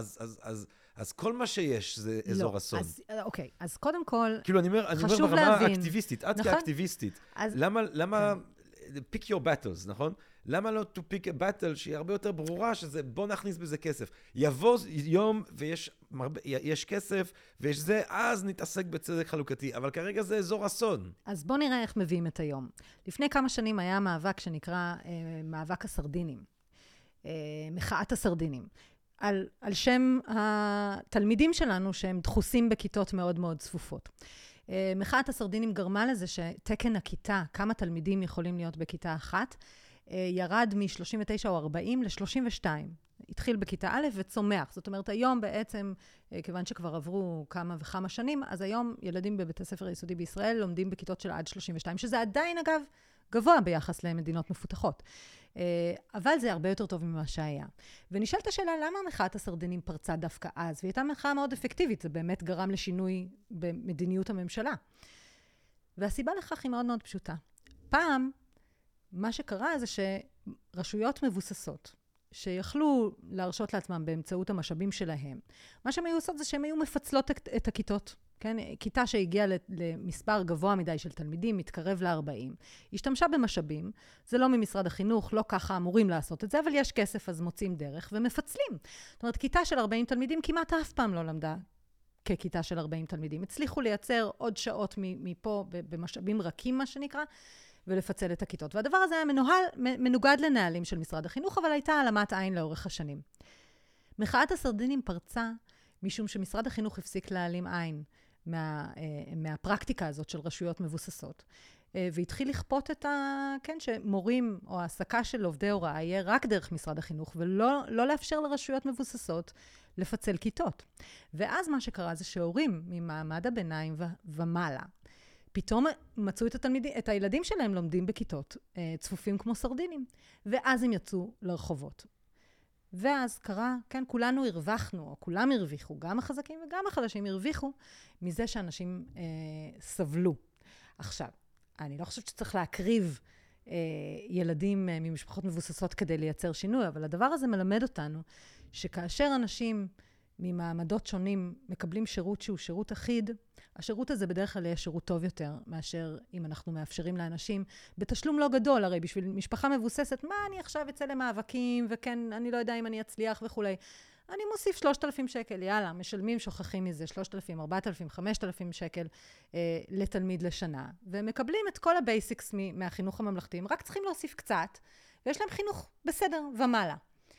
S1: אז כל מה שיש זה אזור אסון.
S2: אוקיי, אז קודם כל,
S1: כאילו, אני אומר ברמה האקטיביסטית, את כאקטיביסטית, למה, pick your battles, נכון? למה לא to pick a battle שהיא הרבה יותר ברורה, שזה בוא נכניס בזה כסף. יבוא יום ויש יש כסף, ויש זה, אז נתעסק בצדק חלוקתי, אבל כרגע זה אזור אסון.
S2: אז בוא נראה איך מביאים את היום. לפני כמה שנים היה מאבק שנקרא אה, מאבק הסרדינים, אה, מחאת הסרדינים, על, על שם התלמידים שלנו שהם דחוסים בכיתות מאוד מאוד צפופות. אה, מחאת הסרדינים גרמה לזה שתקן הכיתה, כמה תלמידים יכולים להיות בכיתה אחת, ירד מ-שלושים ותשע או ארבעים ל-שלושים ושתיים. התחיל בכיתה א' וצומח. זאת אומרת, היום בעצם, כיוון שכבר עברו כמה וכמה שנים, אז היום ילדים בבית הספר היסודי בישראל לומדים בכיתות של עד שלושים ושתיים, שזה עדיין, אגב, גבוה ביחס למדינות מפותחות. אבל זה הרבה יותר טוב ממה שהיה. ונשאלת השאלה, למה מחאת הסרדינים פרצה דווקא אז? והיא הייתה מחאה מאוד אפקטיבית, זה באמת גרם לשינוי במדיניות הממשלה. והסיבה לכך היא מאוד מאוד פשוטה. פעם, מה שקרה זה שרשויות מבוססות, שיכלו להרשות לעצמם באמצעות המשאבים שלהם, מה שהם היו עושות זה שהם היו מפצלות את הכיתות. כן? כיתה שהגיעה למספר גבוה מדי של תלמידים, מתקרב ל-ארבעים, השתמשה במשאבים, זה לא ממשרד החינוך, לא ככה אמורים לעשות את זה, אבל יש כסף, אז מוצאים דרך ומפצלים. זאת אומרת, כיתה של ארבעים תלמידים כמעט אף פעם לא למדה ככיתה של ארבעים תלמידים. הצליחו לייצר עוד שעות מפה במשאבים רכים, מה שנקרא, ולפצל את הכיתות. והדבר הזה היה מנוהל, מנוגד לנהלים של משרד החינוך, אבל הייתה העלמת עין לאורך השנים. מחאת הסרדינים פרצה, משום שמשרד החינוך הפסיק להעלים עין מה, מהפרקטיקה הזאת של רשויות מבוססות, והתחיל לכפות את ה... כן, שמורים או העסקה של עובדי הוראה יהיה רק דרך משרד החינוך, ולא לא לאפשר לרשויות מבוססות לפצל כיתות. ואז מה שקרה זה שהורים ממעמד הביניים ו- ומעלה, פתאום מצאו את התלמידים, את הילדים שלהם לומדים בכיתות, צפופים כמו סרדינים, ואז הם יצאו לרחובות. ואז קרה, כן, כולנו הרווחנו, או כולם הרוויחו, גם החזקים וגם החלשים הרוויחו, מזה שאנשים אה, סבלו. עכשיו, אני לא חושבת שצריך להקריב אה, ילדים אה, ממשפחות מבוססות כדי לייצר שינוי, אבל הדבר הזה מלמד אותנו, שכאשר אנשים ממעמדות שונים מקבלים שירות שהוא שירות אחיד, השירות הזה בדרך כלל יהיה שירות טוב יותר, מאשר אם אנחנו מאפשרים לאנשים, בתשלום לא גדול, הרי בשביל משפחה מבוססת, מה אני עכשיו אצא למאבקים, וכן, אני לא יודע אם אני אצליח וכו'. אני מוסיף שלושת אלפים שקל, יאללה, משלמים, שוכחים מזה, שלושת אלפים, ארבעת אלפים, חמשת אלפים שקל אה, לתלמיד לשנה, ומקבלים את כל הבייסיקס מהחינוך הממלכתי, הם רק צריכים להוסיף קצת, ויש להם חינוך בסדר ומעלה.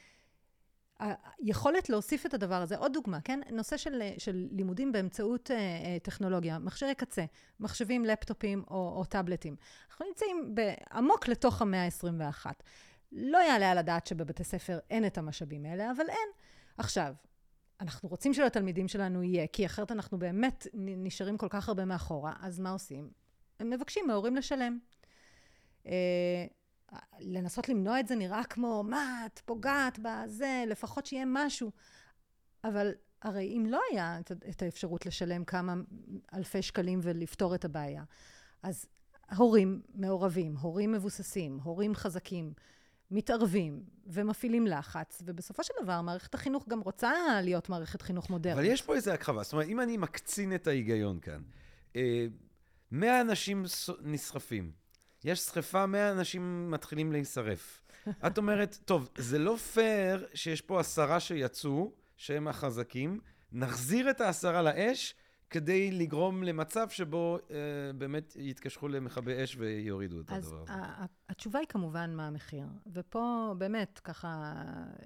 S2: היכולת להוסיף את הדבר הזה, עוד דוגמה, כן? נושא של, של לימודים באמצעות אה, טכנולוגיה, מכשירי קצה, מחשבים, לפטופים או, או טאבלטים. אנחנו נמצאים עמוק לתוך המאה ה-עשרים ואחת. לא יעלה על הדעת שבבתי ספר אין את המשאבים האלה, אבל אין. עכשיו, אנחנו רוצים שלתלמידים שלנו יהיה, כי אחרת אנחנו באמת נשארים כל כך הרבה מאחורה, אז מה עושים? הם מבקשים מההורים לשלם. אה, לנסות למנוע את זה נראה כמו, מה, את פוגעת בזה, לפחות שיהיה משהו. אבל הרי אם לא היה את האפשרות לשלם כמה אלפי שקלים ולפתור את הבעיה, אז הורים מעורבים, הורים מבוססים, הורים חזקים, מתערבים ומפעילים לחץ, ובסופו של דבר מערכת החינוך גם רוצה להיות מערכת חינוך מודרנית.
S1: אבל יש פה איזה הקרבה, זאת אומרת, אם אני מקצין את ההיגיון כאן, מאה אנשים נסחפים, יש שריפה, מאה אנשים מתחילים להישרף. את אומרת, טוב, זה לא פייר שיש פה עשרה שיצאו, שהם החזקים, נחזיר את העשרה לאש, כדי לגרום למצב שבו אה, באמת יתקשחו למכבי אש ויורידו את
S2: אז
S1: הדבר הזה.
S2: אז התשובה היא כמובן מה המחיר. ופה באמת ככה, אה,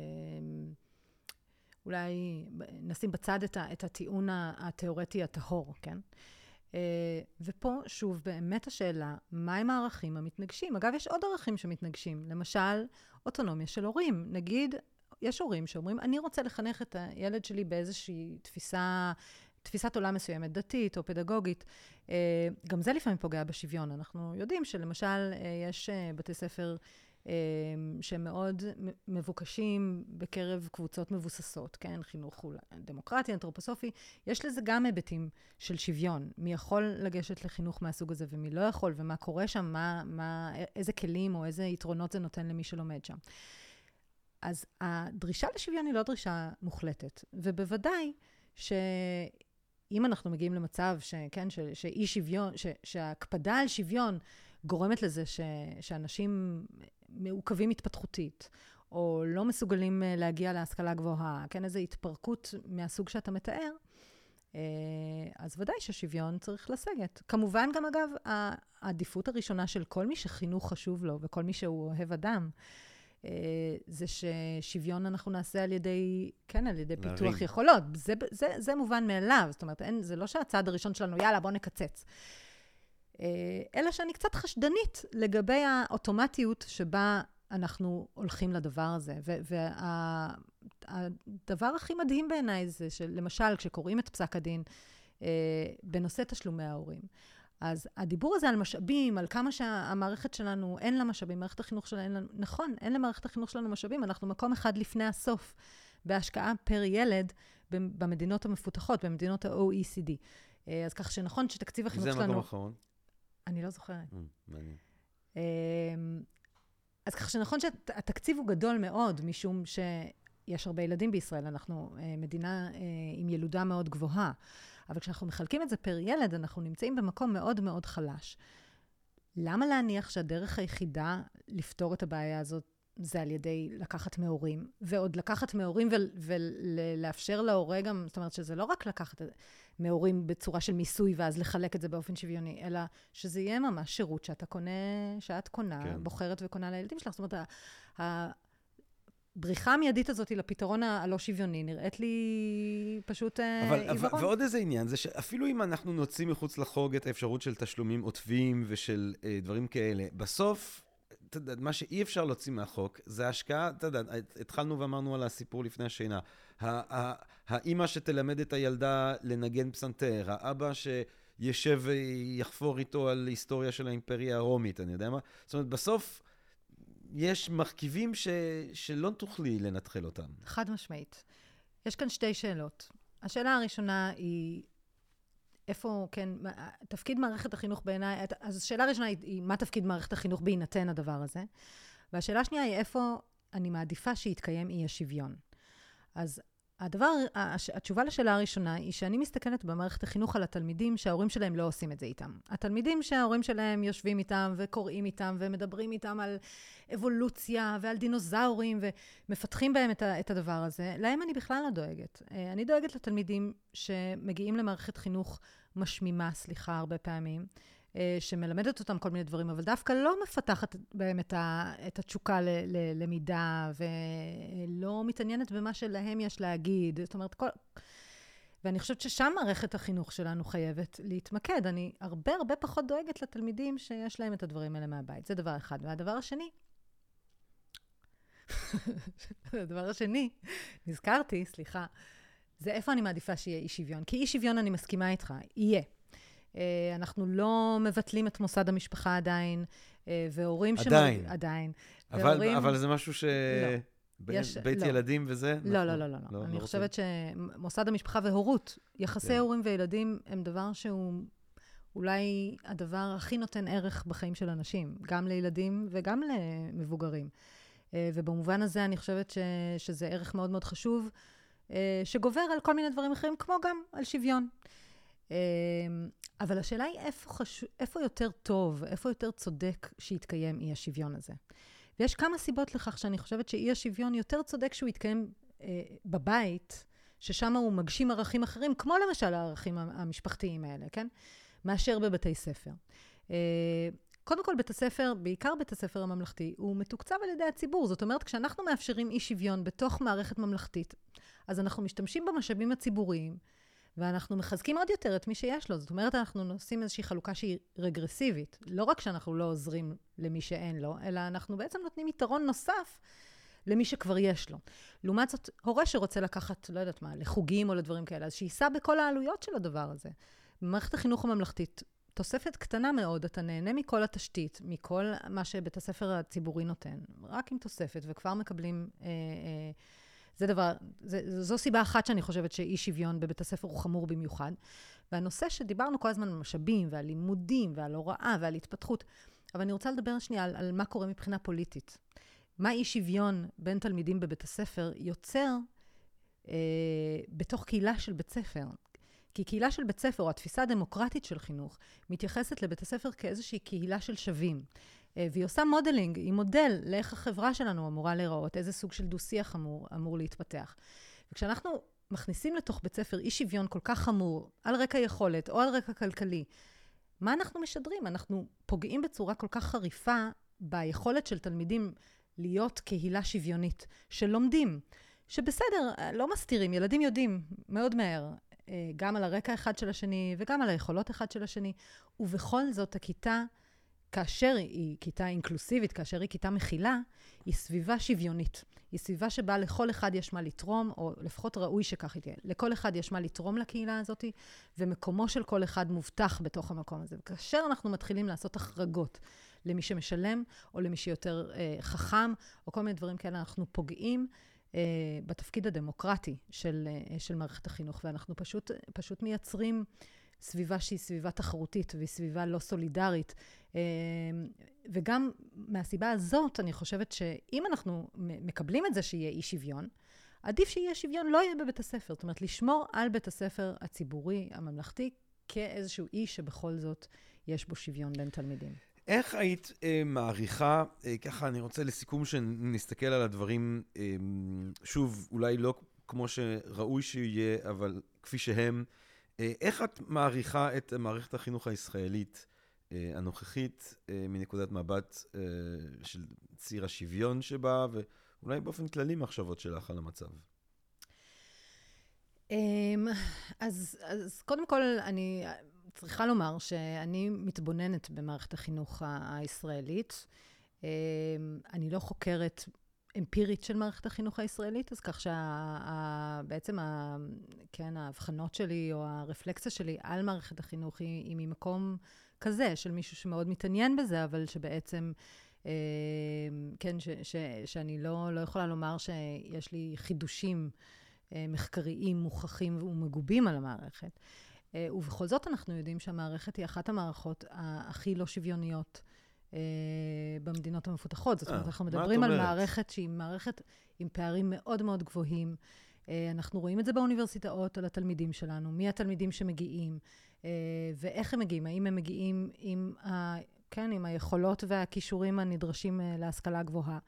S2: אולי נשים בצד את, ה, את הטיעון התיאורטי הטהור, כן? ופה שוב באמת השאלה, מהם הערכים המתנגשים? אגב, יש עוד ערכים שמתנגשים, למשל, אוטונומיה של הורים. נגיד, יש הורים שאומרים, אני רוצה לחנך את הילד שלי באיזושהי תפיסה תפיסת עולם מסוימת, דתית או פדגוגית, גם זה לפעמים פוגע בשוויון. אנחנו יודעים שלמשל יש בתי ספר שמאוד מבוקשים בקרב קבוצות מבוססות, כן? חינוך דמוקרטי, אנתרופוסופי, יש לזה גם היבטים של שוויון. מי יכול לגשת לחינוך מהסוג הזה ומי לא יכול, ומה קורה שם, מה, מה, איזה כלים או איזה יתרונות זה נותן למי שלומד שם. אז הדרישה לשוויון היא לא דרישה מוחלטת, ובוודאי שאם אנחנו מגיעים למצב ש, כן, ש, שאי שוויון, ש, שההקפדה על שוויון גורמת לזה ש, שאנשים מעוכבים התפתחותית, או לא מסוגלים להגיע להשכלה גבוהה, כן, איזו התפרקות מהסוג שאתה מתאר, אז ודאי ששוויון צריך לסגת. כמובן גם, אגב, העדיפות הראשונה של כל מי שחינוך חשוב לו, וכל מי שהוא אוהב אדם, זה ששוויון אנחנו נעשה על ידי, כן, על ידי פיתוח להרים. יכולות. זה, זה, זה מובן מאליו. זאת אומרת, אין, זה לא שהצעד הראשון שלנו, יאללה, בוא נקצץ. אלא שאני קצת חשדנית לגבי האוטומטיות שבה אנחנו הולכים לדבר הזה. והדבר הכי מדהים בעיניי זה שלמשל, כשקוראים את פסק הדין בנושא תשלומי ההורים, אז הדיבור הזה על משאבים, על כמה שהמערכת שלנו אין לה משאבים, מערכת החינוך שלנו אין לה, נכון, אין למערכת החינוך שלנו משאבים, אנחנו מקום אחד לפני הסוף בהשקעה פר ילד במדינות המפותחות, במדינות ה-או אי סי די. אז כך שנכון שתקציב החינוך שלנו...
S1: זה המקום האחרון?
S2: אני לא זוכרת.
S1: מעניין.
S2: אז כך שנכון שהתקציב הוא גדול מאוד, משום שיש הרבה ילדים בישראל, אנחנו מדינה עם ילודה מאוד גבוהה, אבל כשאנחנו מחלקים את זה פר ילד, אנחנו נמצאים במקום מאוד מאוד חלש. למה להניח שהדרך היחידה לפתור את הבעיה הזאת זה על ידי לקחת מהורים, ועוד לקחת מהורים ולאפשר להורה גם, זאת אומרת שזה לא רק לקחת מהורים בצורה של מיסוי, ואז לחלק את זה באופן שוויוני, אלא שזה יהיה ממש שירות שאתה קונה, שאת קונה, כן. בוחרת וקונה לילדים שלך. זאת אומרת, הבריחה המיידית הזאת לפתרון הלא שוויוני, נראית לי פשוט עיוורון.
S1: ועוד איזה עניין, זה שאפילו אם אנחנו נוציא מחוץ לחוג את האפשרות של תשלומים עוטפים ושל אה, דברים כאלה, בסוף, אתה יודע, מה שאי אפשר להוציא מהחוק, זה ההשקעה, אתה יודע, התחלנו ואמרנו על הסיפור לפני השינה, האמא שתלמד את הילדה לנגן פסנתר, האבא שישב ויחפור איתו על היסטוריה של האימפריה הרומית, אני יודע מה, זאת אומרת, בסוף, יש מרכיבים ש... שלא תוכלי לנתחל אותם.
S2: חד משמעית. יש כאן שתי שאלות. השאלה הראשונה היא, איפה, כן, תפקיד מערכת החינוך בעיניי, אז השאלה הראשונה היא, היא מה תפקיד מערכת החינוך בהינתן הדבר הזה, והשאלה השנייה היא איפה אני מעדיפה שיתקיים אי השוויון. אז הדבר, התשובה לשאלה הראשונה היא שאני מסתכלת במערכת החינוך על התלמידים שההורים שלהם לא עושים את זה איתם. התלמידים שההורים שלהם יושבים איתם וקוראים איתם ומדברים איתם על אבולוציה ועל דינוזאורים ומפתחים בהם את, את הדבר הזה, להם אני בכלל לא דואגת. אני דואגת לתלמידים שמגיעים למערכת חינוך משמימה, סליחה, הרבה פעמים, שמלמדת אותם כל מיני דברים, אבל דווקא לא מפתחת בהם את, ה, את התשוקה ל, ל, למידה, ולא מתעניינת במה שלהם יש להגיד. זאת אומרת, כל... ואני חושבת ששם מערכת החינוך שלנו חייבת להתמקד. אני הרבה הרבה פחות דואגת לתלמידים שיש להם את הדברים האלה מהבית. זה דבר אחד. והדבר השני, הדבר השני, נזכרתי, סליחה, זה איפה אני מעדיפה שיהיה אי שוויון. כי אי שוויון אני מסכימה איתך, יהיה. אנחנו לא מבטלים את מוסד המשפחה עדיין, והורים...
S1: עדיין.
S2: שמ... עדיין.
S1: אבל, והורים... אבל זה משהו ש... לא. ב... יש... בית לא. ילדים וזה?
S2: לא, אנחנו... לא, לא, לא. לא. אני לא חושבת רוצים. שמוסד המשפחה והורות, יחסי כן. הורים וילדים, הם דבר שהוא אולי הדבר הכי נותן ערך בחיים של אנשים, גם לילדים וגם למבוגרים. ובמובן הזה אני חושבת ש... שזה ערך מאוד מאוד חשוב, שגובר על כל מיני דברים אחרים, כמו גם על שוויון. אבל השאלה היא איפה, חשוב, איפה יותר טוב, איפה יותר צודק שיתקיים אי השוויון הזה. ויש כמה סיבות לכך שאני חושבת שאי השוויון יותר צודק שהוא יתקיים אה, בבית, ששם הוא מגשים ערכים אחרים, כמו למשל הערכים המשפחתיים האלה, כן? מאשר בבתי ספר. אה, קודם כל, בית הספר, בעיקר בית הספר הממלכתי, הוא מתוקצב על ידי הציבור. זאת אומרת, כשאנחנו מאפשרים אי שוויון בתוך מערכת ממלכתית, אז אנחנו משתמשים במשאבים הציבוריים, ואנחנו מחזקים עוד יותר את מי שיש לו. זאת אומרת, אנחנו עושים איזושהי חלוקה שהיא רגרסיבית. לא רק שאנחנו לא עוזרים למי שאין לו, אלא אנחנו בעצם נותנים יתרון נוסף למי שכבר יש לו. לעומת זאת, הורה שרוצה לקחת, לא יודעת מה, לחוגים או לדברים כאלה, אז שייסע בכל העלויות של הדבר הזה. במערכת החינוך הממלכתית, תוספת קטנה מאוד, אתה נהנה מכל התשתית, מכל מה שבית הספר הציבורי נותן, רק עם תוספת, וכבר מקבלים... אה, אה, זה דבר, זה, זו סיבה אחת שאני חושבת שאי שוויון בבית הספר הוא חמור במיוחד. והנושא שדיברנו כל הזמן על משאבים ועל לימודים ועל הוראה ועל התפתחות, אבל אני רוצה לדבר שנייה על, על מה קורה מבחינה פוליטית. מה אי שוויון בין תלמידים בבית הספר יוצר אה, בתוך קהילה של בית ספר. כי קהילה של בית ספר, או התפיסה הדמוקרטית של חינוך, מתייחסת לבית הספר כאיזושהי קהילה של שווים. והיא עושה מודלינג, היא מודל לאיך החברה שלנו אמורה להיראות, איזה סוג של דו-שיח אמור, אמור להתפתח. וכשאנחנו מכניסים לתוך בית ספר אי שוויון כל כך חמור, על רקע יכולת או על רקע כלכלי, מה אנחנו משדרים? אנחנו פוגעים בצורה כל כך חריפה ביכולת של תלמידים להיות קהילה שוויונית, שלומדים, שבסדר, לא מסתירים, ילדים יודעים מאוד מהר, גם על הרקע אחד של השני וגם על היכולות אחד של השני, ובכל זאת הכיתה, כאשר היא כיתה אינקלוסיבית, כאשר היא כיתה מכילה, היא סביבה שוויונית. היא סביבה שבה לכל אחד יש מה לתרום, או לפחות ראוי שכך היא תהיה. לכל אחד יש מה לתרום לקהילה הזאת, ומקומו של כל אחד מובטח בתוך המקום הזה. וכאשר אנחנו מתחילים לעשות החרגות למי שמשלם, או למי שיותר אה, חכם, או כל מיני דברים כאלה, אנחנו פוגעים אה, בתפקיד הדמוקרטי של, אה, של מערכת החינוך, ואנחנו פשוט, פשוט מייצרים סביבה שהיא סביבה תחרותית, והיא סביבה לא סולידרית. וגם מהסיבה הזאת, אני חושבת שאם אנחנו מקבלים את זה שיהיה אי שוויון, עדיף שיהיה שוויון לא יהיה בבית הספר. זאת אומרת, לשמור על בית הספר הציבורי, הממלכתי, כאיזשהו אי שבכל זאת יש בו שוויון בין תלמידים.
S1: איך היית אה, מעריכה, אה, ככה אני רוצה לסיכום שנסתכל על הדברים, אה, שוב, אולי לא כמו שראוי שיהיה, אבל כפי שהם, אה, איך את מעריכה את מערכת החינוך הישראלית הנוכחית מנקודת מבט של ציר השוויון שבה, ואולי באופן כללי מחשבות שלך על המצב?
S2: אז, אז קודם כל אני צריכה לומר שאני מתבוננת במערכת החינוך הישראלית. אני לא חוקרת אמפירית של מערכת החינוך הישראלית, אז כך שבעצם כן, ההבחנות שלי או הרפלקסיה שלי על מערכת החינוך היא, היא ממקום כזה, של מישהו שמאוד מתעניין בזה, אבל שבעצם, אה, כן, ש, ש, שאני לא, לא יכולה לומר שיש לי חידושים אה, מחקריים, מוכחים ומגובים על המערכת. אה, ובכל זאת אנחנו יודעים שהמערכת היא אחת המערכות הכי לא שוויוניות אה, במדינות המפותחות. זאת אומרת, אנחנו מדברים על מערכת שהיא מערכת עם פערים מאוד מאוד גבוהים. אה, אנחנו רואים את זה באוניברסיטאות על התלמידים שלנו, מי התלמידים שמגיעים, ואיך הם מגיעים, האם הם מגיעים עם, ה, כן, עם היכולות והכישורים הנדרשים להשכלה גבוהה.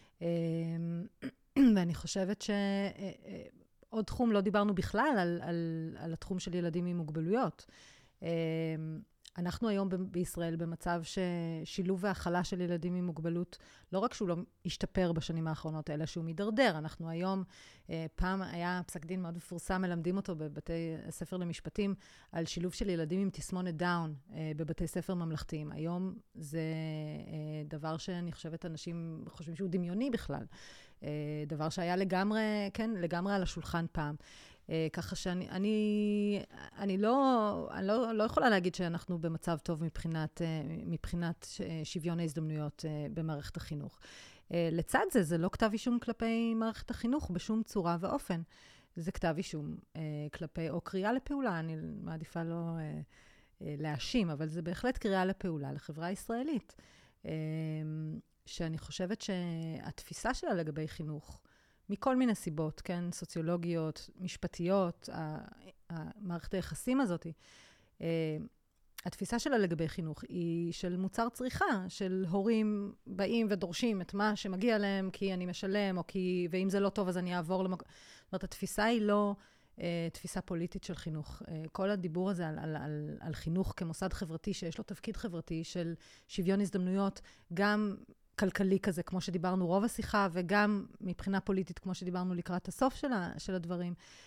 S2: ואני חושבת שעוד תחום, לא דיברנו בכלל על, על, על התחום של ילדים עם מוגבלויות. אנחנו היום ב- בישראל במצב ששילוב והכלה של ילדים עם מוגבלות, לא רק שהוא לא השתפר בשנים האחרונות, אלא שהוא מדרדר. אנחנו היום, פעם היה פסק דין מאוד מפורסם, מלמדים אותו בבתי ספר למשפטים, על שילוב של ילדים עם תסמונת דאון בבתי ספר ממלכתיים. היום זה דבר שאני חושבת, אנשים חושבים שהוא דמיוני בכלל. דבר שהיה לגמרי, כן, לגמרי על השולחן פעם. ככה שאני, אני, אני לא, אני לא, לא יכולה להגיד שאנחנו במצב טוב מבחינת, מבחינת שוויון ההזדמנויות במערכת החינוך. לצד זה, זה לא כתב אישום כלפי מערכת החינוך בשום צורה ואופן. זה כתב אישום כלפי, או קריאה לפעולה, אני מעדיפה לא להאשים, אבל זה בהחלט קריאה לפעולה לחברה הישראלית. שאני חושבת שהתפיסה שלה לגבי חינוך, מכל מיני סיבות, כן, סוציולוגיות, משפטיות, המערכת היחסים הזאת, התפיסה שלה לגבי חינוך היא של מוצר צריכה, של הורים באים ודורשים את מה שמגיע להם, כי אני משלם, או כי, ואם זה לא טוב אז אני אעבור למקום. זאת אומרת, התפיסה היא לא תפיסה פוליטית של חינוך. כל הדיבור הזה על, על, על, על חינוך כמוסד חברתי, שיש לו תפקיד חברתי של שוויון הזדמנויות, גם כלכלי כזה, כמו שדיברנו רוב השיחה, וגם מבחינה פוליטית, כמו שדיברנו לקראת הסוף של, ה, של הדברים,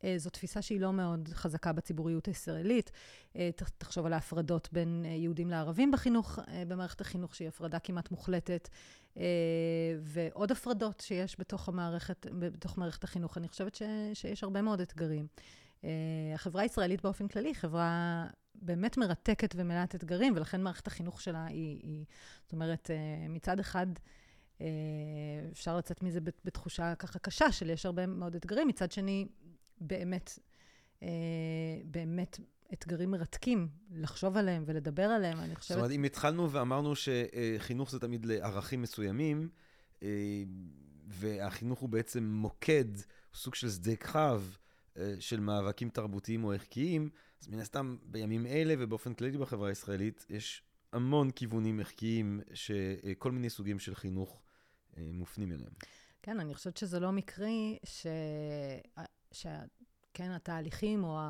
S2: זו תפיסה שהיא לא מאוד חזקה בציבוריות הישראלית. תחשוב על ההפרדות בין יהודים לערבים בחינוך, במערכת החינוך, שהיא הפרדה כמעט מוחלטת, ועוד הפרדות שיש בתוך המערכת, בתוך מערכת החינוך. אני חושבת ש, שיש הרבה מאוד אתגרים. החברה הישראלית באופן כללי, חברה באמת מרתקת ומלאת אתגרים, ולכן מערכת החינוך שלה היא, היא זאת אומרת, מצד אחד, אפשר לצאת מזה בתחושה ככה קשה, של יש הרבה מאוד אתגרים, מצד שני, באמת, באמת אתגרים מרתקים, לחשוב עליהם ולדבר עליהם, אני חושבת...
S1: זאת אומרת, אם התחלנו ואמרנו שחינוך זה תמיד לערכים מסוימים, והחינוך הוא בעצם מוקד, הוא סוג של שדה קרב, של מאבקים תרבותיים או ערכיים, אז מן הסתם בימים אלה ובאופן כללי בחברה הישראלית, יש המון כיוונים ערכיים שכל מיני סוגים של חינוך מופנים אליהם.
S2: כן, אני חושבת שזה לא מקרי ש... ש... כן, התהליכים או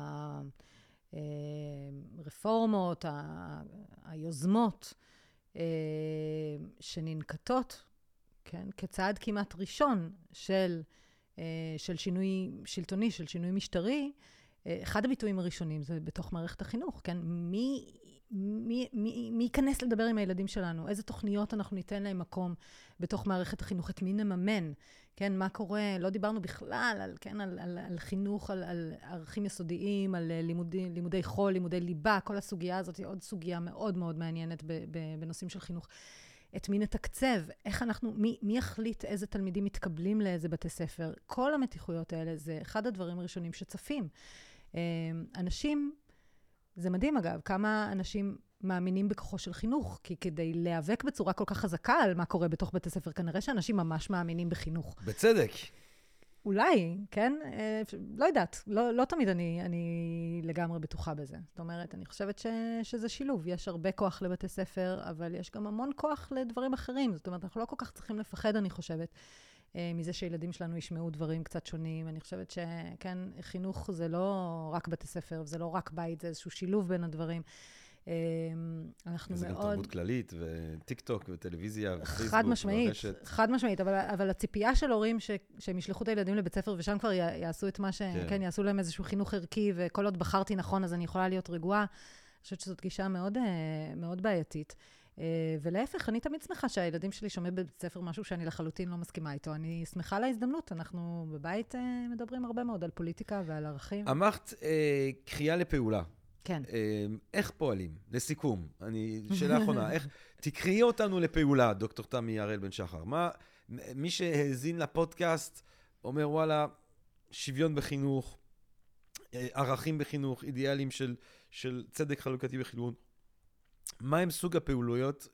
S2: הרפורמות, היוזמות שננקטות, כן, כצעד כמעט ראשון של של שינוי שלטוני, של שינוי משטרי, אחד הביטויים הראשונים זה בתוך מערכת החינוך, כן? מי, מי, מי, מי ייכנס לדבר עם הילדים שלנו? איזה תוכניות אנחנו ניתן להם מקום בתוך מערכת החינוך? את מי נממן? כן? מה קורה? לא דיברנו בכלל על, כן? על, על, על חינוך, על, על ערכים יסודיים, על לימודי, לימודי חול, לימודי ליבה, כל הסוגיה הזאת היא עוד סוגיה מאוד מאוד מעניינת בנושאים של חינוך. את מי נתקצב, איך אנחנו, מי, מי יחליט איזה תלמידים מתקבלים לאיזה בתי ספר. כל המתיחויות האלה זה אחד הדברים הראשונים שצפים. אנשים, זה מדהים אגב, כמה אנשים מאמינים בכוחו של חינוך, כי כדי להיאבק בצורה כל כך חזקה על מה קורה בתוך בתי ספר, כנראה שאנשים ממש מאמינים בחינוך.
S1: בצדק.
S2: אולי, כן? לא יודעת, לא, לא תמיד אני, אני לגמרי בטוחה בזה. זאת אומרת, אני חושבת ש, שזה שילוב. יש הרבה כוח לבתי ספר, אבל יש גם המון כוח לדברים אחרים. זאת אומרת, אנחנו לא כל כך צריכים לפחד, אני חושבת, מזה שילדים שלנו ישמעו דברים קצת שונים. אני חושבת שכן, חינוך זה לא רק בתי ספר, זה לא רק בית, זה איזשהו שילוב בין הדברים. אנחנו
S1: זה
S2: מאוד...
S1: גם תרבות כללית, וטיק טוק, וטלוויזיה, ופייסבוק,
S2: חד משמעית,
S1: ורשת.
S2: חד משמעית, אבל, אבל הציפייה של הורים ש, שהם ישלחו את הילדים לבית ספר, ושם כבר יעשו את מה ש... כן. כן, יעשו להם איזשהו חינוך ערכי, וכל עוד בחרתי נכון, אז אני יכולה להיות רגועה. אני חושבת שזאת גישה מאוד, מאוד בעייתית. ולהפך, אני תמיד שמחה שהילדים שלי שומעים בבית ספר משהו שאני לחלוטין לא מסכימה איתו. אני שמחה על ההזדמנות. אנחנו בבית מדברים הרבה מאוד על פוליטיקה ועל ערכים.
S1: אמרת קריאה לפעולה.
S2: כן.
S1: איך פועלים? לסיכום, אני, שאלה אחרונה, איך, תקראי אותנו לפעולה, דוקטור תמי הראל בן שחר. מה, מי שהזין לפודקאסט אומר, וואלה, שוויון בחינוך, ערכים בחינוך, אידיאלים של, של צדק חלוקתי בחינוך. מה הם סוג הפעולויות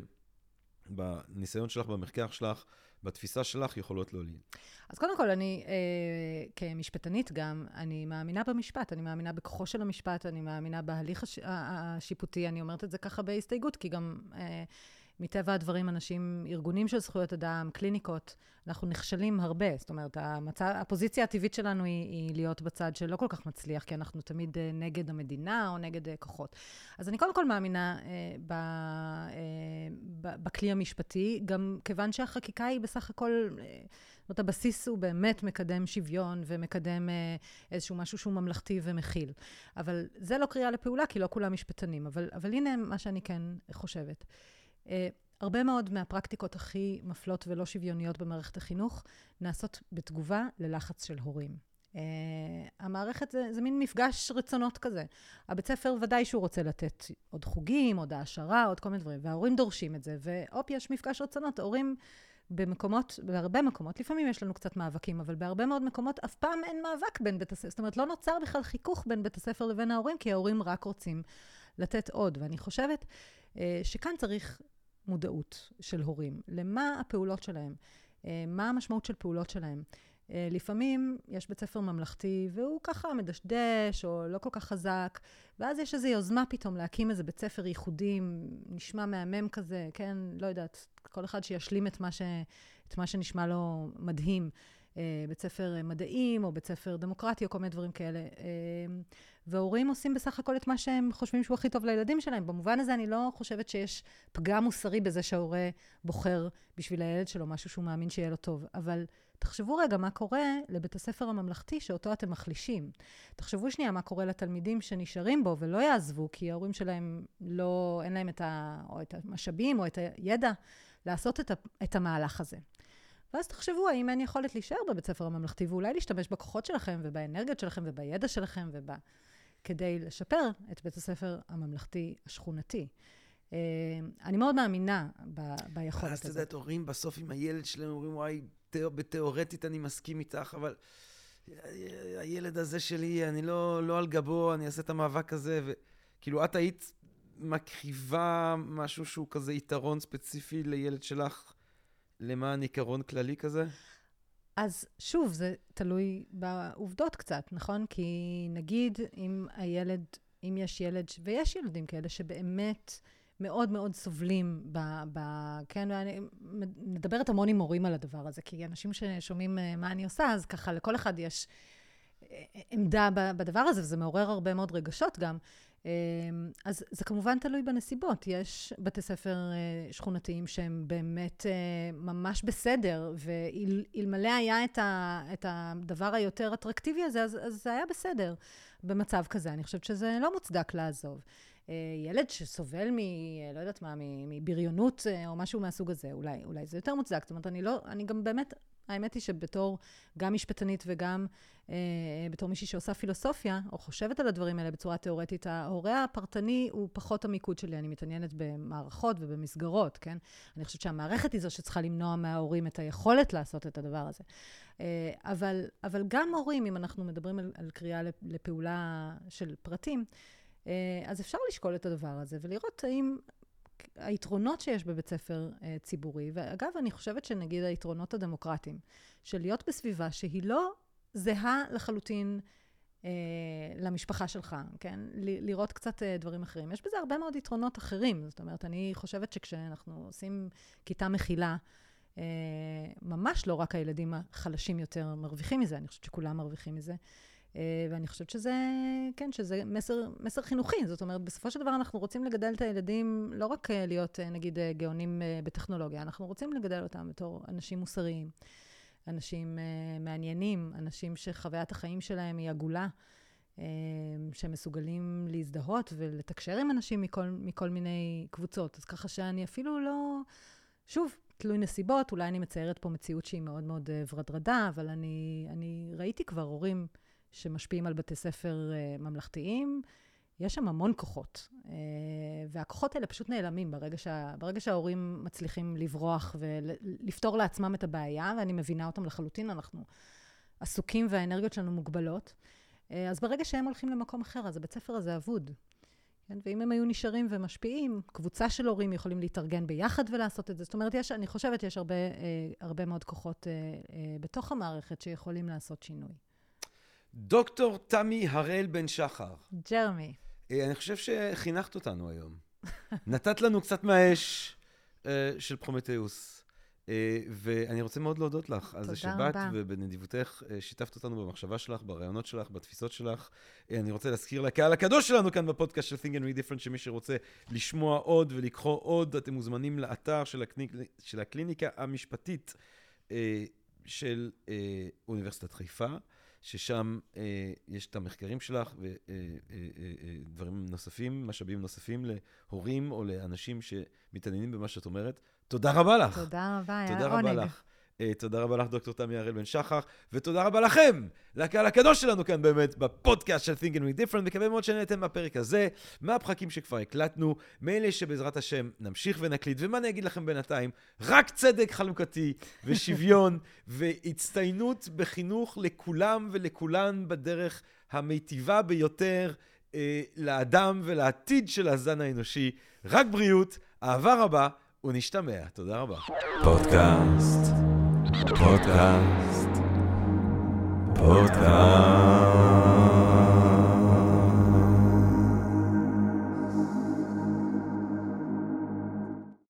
S1: שבניסיון שלך, במחקר שלך, בתפיסה שלך יכולות להוליד?
S2: אז קודם כל, אני, אה, כמשפטנית גם, אני מאמינה במשפט, אני מאמינה בכוחו של המשפט, אני מאמינה בהליך הש, השיפוטי, אני אומרת את זה ככה בהסתייגות, כי גם אה, מטבע הדברים, אנשים, ארגונים של זכויות אדם, קליניקות, אנחנו נכשלים הרבה, זאת אומרת, המצב, הפוזיציה הטבעית שלנו היא, היא להיות בצד שלא כל כך מצליח, כי אנחנו תמיד אה, נגד המדינה או נגד אה, כוחות. אז אני קודם כל מאמינה אה, ב, אה, ב, בכלי המשפטי, גם כיוון שהחקיקה היא בסך הכל... אה, זאת אומרת, הבסיס הוא באמת מקדם שוויון ומקדם אה, איזשהו משהו שהוא ממלכתי ומכיל. אבל זה לא קריאה לפעולה, כי לא כולם משפטנים. אבל, אבל הנה מה שאני כן חושבת. אה, הרבה מאוד מהפרקטיקות הכי מפלות ולא שוויוניות במערכת החינוך נעשות בתגובה ללחץ של הורים. Uh, המערכת זה, זה מין מפגש רצונות כזה. הבית ספר ודאי שהוא רוצה לתת עוד חוגים, עוד העשרה, עוד כל מיני דברים, וההורים דורשים את זה, ואופ, יש מפגש רצונות. ההורים במקומות, בהרבה מקומות, לפעמים יש לנו קצת מאבקים, אבל בהרבה מאוד מקומות אף פעם אין מאבק בין בית הספר. זאת אומרת, לא נוצר בכלל חיכוך בין בית הספר לבין ההורים, כי ההורים רק רוצים לתת עוד. ואני חושבת uh, שכאן צריך מודעות של הורים. למה הפעולות שלהם? Uh, מה המשמעות של פעולות שלהם? Uh, לפעמים יש בית ספר ממלכתי, והוא ככה מדשדש, או לא כל כך חזק, ואז יש איזו יוזמה פתאום להקים איזה בית ספר ייחודי, נשמע מהמם כזה, כן? לא יודעת, כל אחד שישלים את מה, ש... את מה שנשמע לו מדהים. Uh, בית ספר מדעים, או בית ספר דמוקרטי, או כל מיני דברים כאלה. Uh, וההורים עושים בסך הכל את מה שהם חושבים שהוא הכי טוב לילדים שלהם. במובן הזה אני לא חושבת שיש פגם מוסרי בזה שההורה בוחר בשביל הילד שלו משהו שהוא מאמין שיהיה לו טוב. אבל תחשבו רגע מה קורה לבית הספר הממלכתי שאותו אתם מחלישים. תחשבו שנייה מה קורה לתלמידים שנשארים בו ולא יעזבו, כי ההורים שלהם לא, אין להם את, ה, או את המשאבים או את הידע לעשות את, ה, את המהלך הזה. ואז תחשבו האם אין יכולת להישאר בבית ספר הממלכתי, ואולי להשתמש בכוחות שלכם ובאנרגיות שלכם ובידע שלכם ובא, כדי לשפר את בית הספר הממלכתי השכונתי. אני מאוד מאמינה ב- ביכולת הזאת.
S1: אז תדעת, הורים בסוף עם הילד שלהם, אומרים, וואי, בתיאורטית אני מסכים איתך, אבל הילד הזה שלי, אני לא, לא על גבו, אני אעשה את המאבק הזה, וכאילו את היית מקריבה משהו שהוא כזה יתרון ספציפי לילד שלך, למען עיקרון כללי כזה?
S2: אז שוב, זה תלוי בעובדות קצת, נכון? כי נגיד אם הילד, אם יש ילד, ויש ילדים כאלה שבאמת מאוד מאוד סובלים ב... ב כן, ואני מדברת המון עם הורים על הדבר הזה, כי אנשים ששומעים מה אני עושה, אז ככה לכל אחד יש עמדה בדבר הזה, וזה מעורר הרבה מאוד רגשות גם. אז זה כמובן תלוי בנסיבות. יש בתי ספר שכונתיים שהם באמת ממש בסדר, ואלמלא היה את הדבר היותר אטרקטיבי הזה, אז זה היה בסדר במצב כזה. אני חושבת שזה לא מוצדק לעזוב. ילד שסובל מ... לא יודעת מה, מבריונות או משהו מהסוג הזה, אולי, אולי זה יותר מוצדק. זאת אומרת, אני לא, אני גם באמת, האמת היא שבתור גם משפטנית וגם אה, בתור מישהי שעושה פילוסופיה, או חושבת על הדברים האלה בצורה תיאורטית, ההורה הפרטני הוא פחות המיקוד שלי. אני מתעניינת במערכות ובמסגרות, כן? אני חושבת שהמערכת היא זו שצריכה למנוע מההורים את היכולת לעשות את הדבר הזה. אה, אבל, אבל גם הורים, אם אנחנו מדברים על, על קריאה לפעולה של פרטים, אז אפשר לשקול את הדבר הזה, ולראות האם היתרונות שיש בבית ספר ציבורי, ואגב, אני חושבת שנגיד היתרונות הדמוקרטיים, של להיות בסביבה שהיא לא זהה לחלוטין למשפחה שלך, כן? לראות קצת דברים אחרים. יש בזה הרבה מאוד יתרונות אחרים. זאת אומרת, אני חושבת שכשאנחנו עושים כיתה מכילה, ממש לא רק הילדים החלשים יותר מרוויחים מזה, אני חושבת שכולם מרוויחים מזה. ואני חושבת שזה, כן, שזה מסר, מסר חינוכי. זאת אומרת, בסופו של דבר אנחנו רוצים לגדל את הילדים, לא רק להיות, נגיד, גאונים בטכנולוגיה, אנחנו רוצים לגדל אותם בתור אנשים מוסריים, אנשים מעניינים, אנשים שחוויית החיים שלהם היא עגולה, שמסוגלים להזדהות ולתקשר עם אנשים מכל, מכל מיני קבוצות. אז ככה שאני אפילו לא, שוב, תלוי נסיבות, אולי אני מציירת פה מציאות שהיא מאוד מאוד ורדרדה, אבל אני, אני ראיתי כבר הורים שמשפיעים על בתי ספר uh, ממלכתיים, יש שם המון כוחות. Uh, והכוחות האלה פשוט נעלמים ברגע, שה, ברגע שההורים מצליחים לברוח ולפתור לעצמם את הבעיה, ואני מבינה אותם לחלוטין, אנחנו עסוקים והאנרגיות שלנו מוגבלות. Uh, אז ברגע שהם הולכים למקום אחר, אז הבית ספר הזה אבוד. כן? ואם הם היו נשארים ומשפיעים, קבוצה של הורים יכולים להתארגן ביחד ולעשות את זה. זאת אומרת, יש, אני חושבת שיש הרבה, uh, הרבה מאוד כוחות uh, uh, בתוך המערכת שיכולים לעשות שינוי.
S1: דוקטור תמי הראל בן שחר.
S2: ג'רמי.
S1: אני חושב שחינכת אותנו היום. נתת לנו קצת מהאש של פרומטאוס. ואני רוצה מאוד להודות לך על זה שבאת, ובנדיבותך שיתפת אותנו במחשבה שלך, ברעיונות שלך, בתפיסות שלך. אני רוצה להזכיר לקהל הקדוש שלנו כאן בפודקאסט של Think and Read Different, שמי שרוצה לשמוע עוד ולקרוא עוד, אתם מוזמנים לאתר של, הקליק, של הקליניקה המשפטית של אוניברסיטת חיפה. ששם אה, יש את המחקרים שלך ודברים אה, אה, נוספים, משאבים נוספים להורים או לאנשים שמתעניינים במה שאת אומרת. תודה רבה לך.
S2: תודה רבה, היה
S1: תודה
S2: עונג.
S1: רבה לך. אה, תודה רבה לך, דוקטור תמי הראל בן שחר, ותודה רבה לכם, לקהל הקדוש שלנו כאן באמת, בפודקאסט של Think and Read Different, מקווה מאוד שנהנתם מהפרק הזה, מהפרקים שכבר הקלטנו, מאלה שבעזרת השם נמשיך ונקליט, ומה אני אגיד לכם בינתיים? רק צדק חלוקתי ושוויון והצטיינות בחינוך לכולם ולכולן בדרך המיטיבה ביותר אה, לאדם ולעתיד של הזן האנושי. רק בריאות, אהבה רבה ונשתמע. תודה רבה. פודקאסט פודקאסט פודקאסט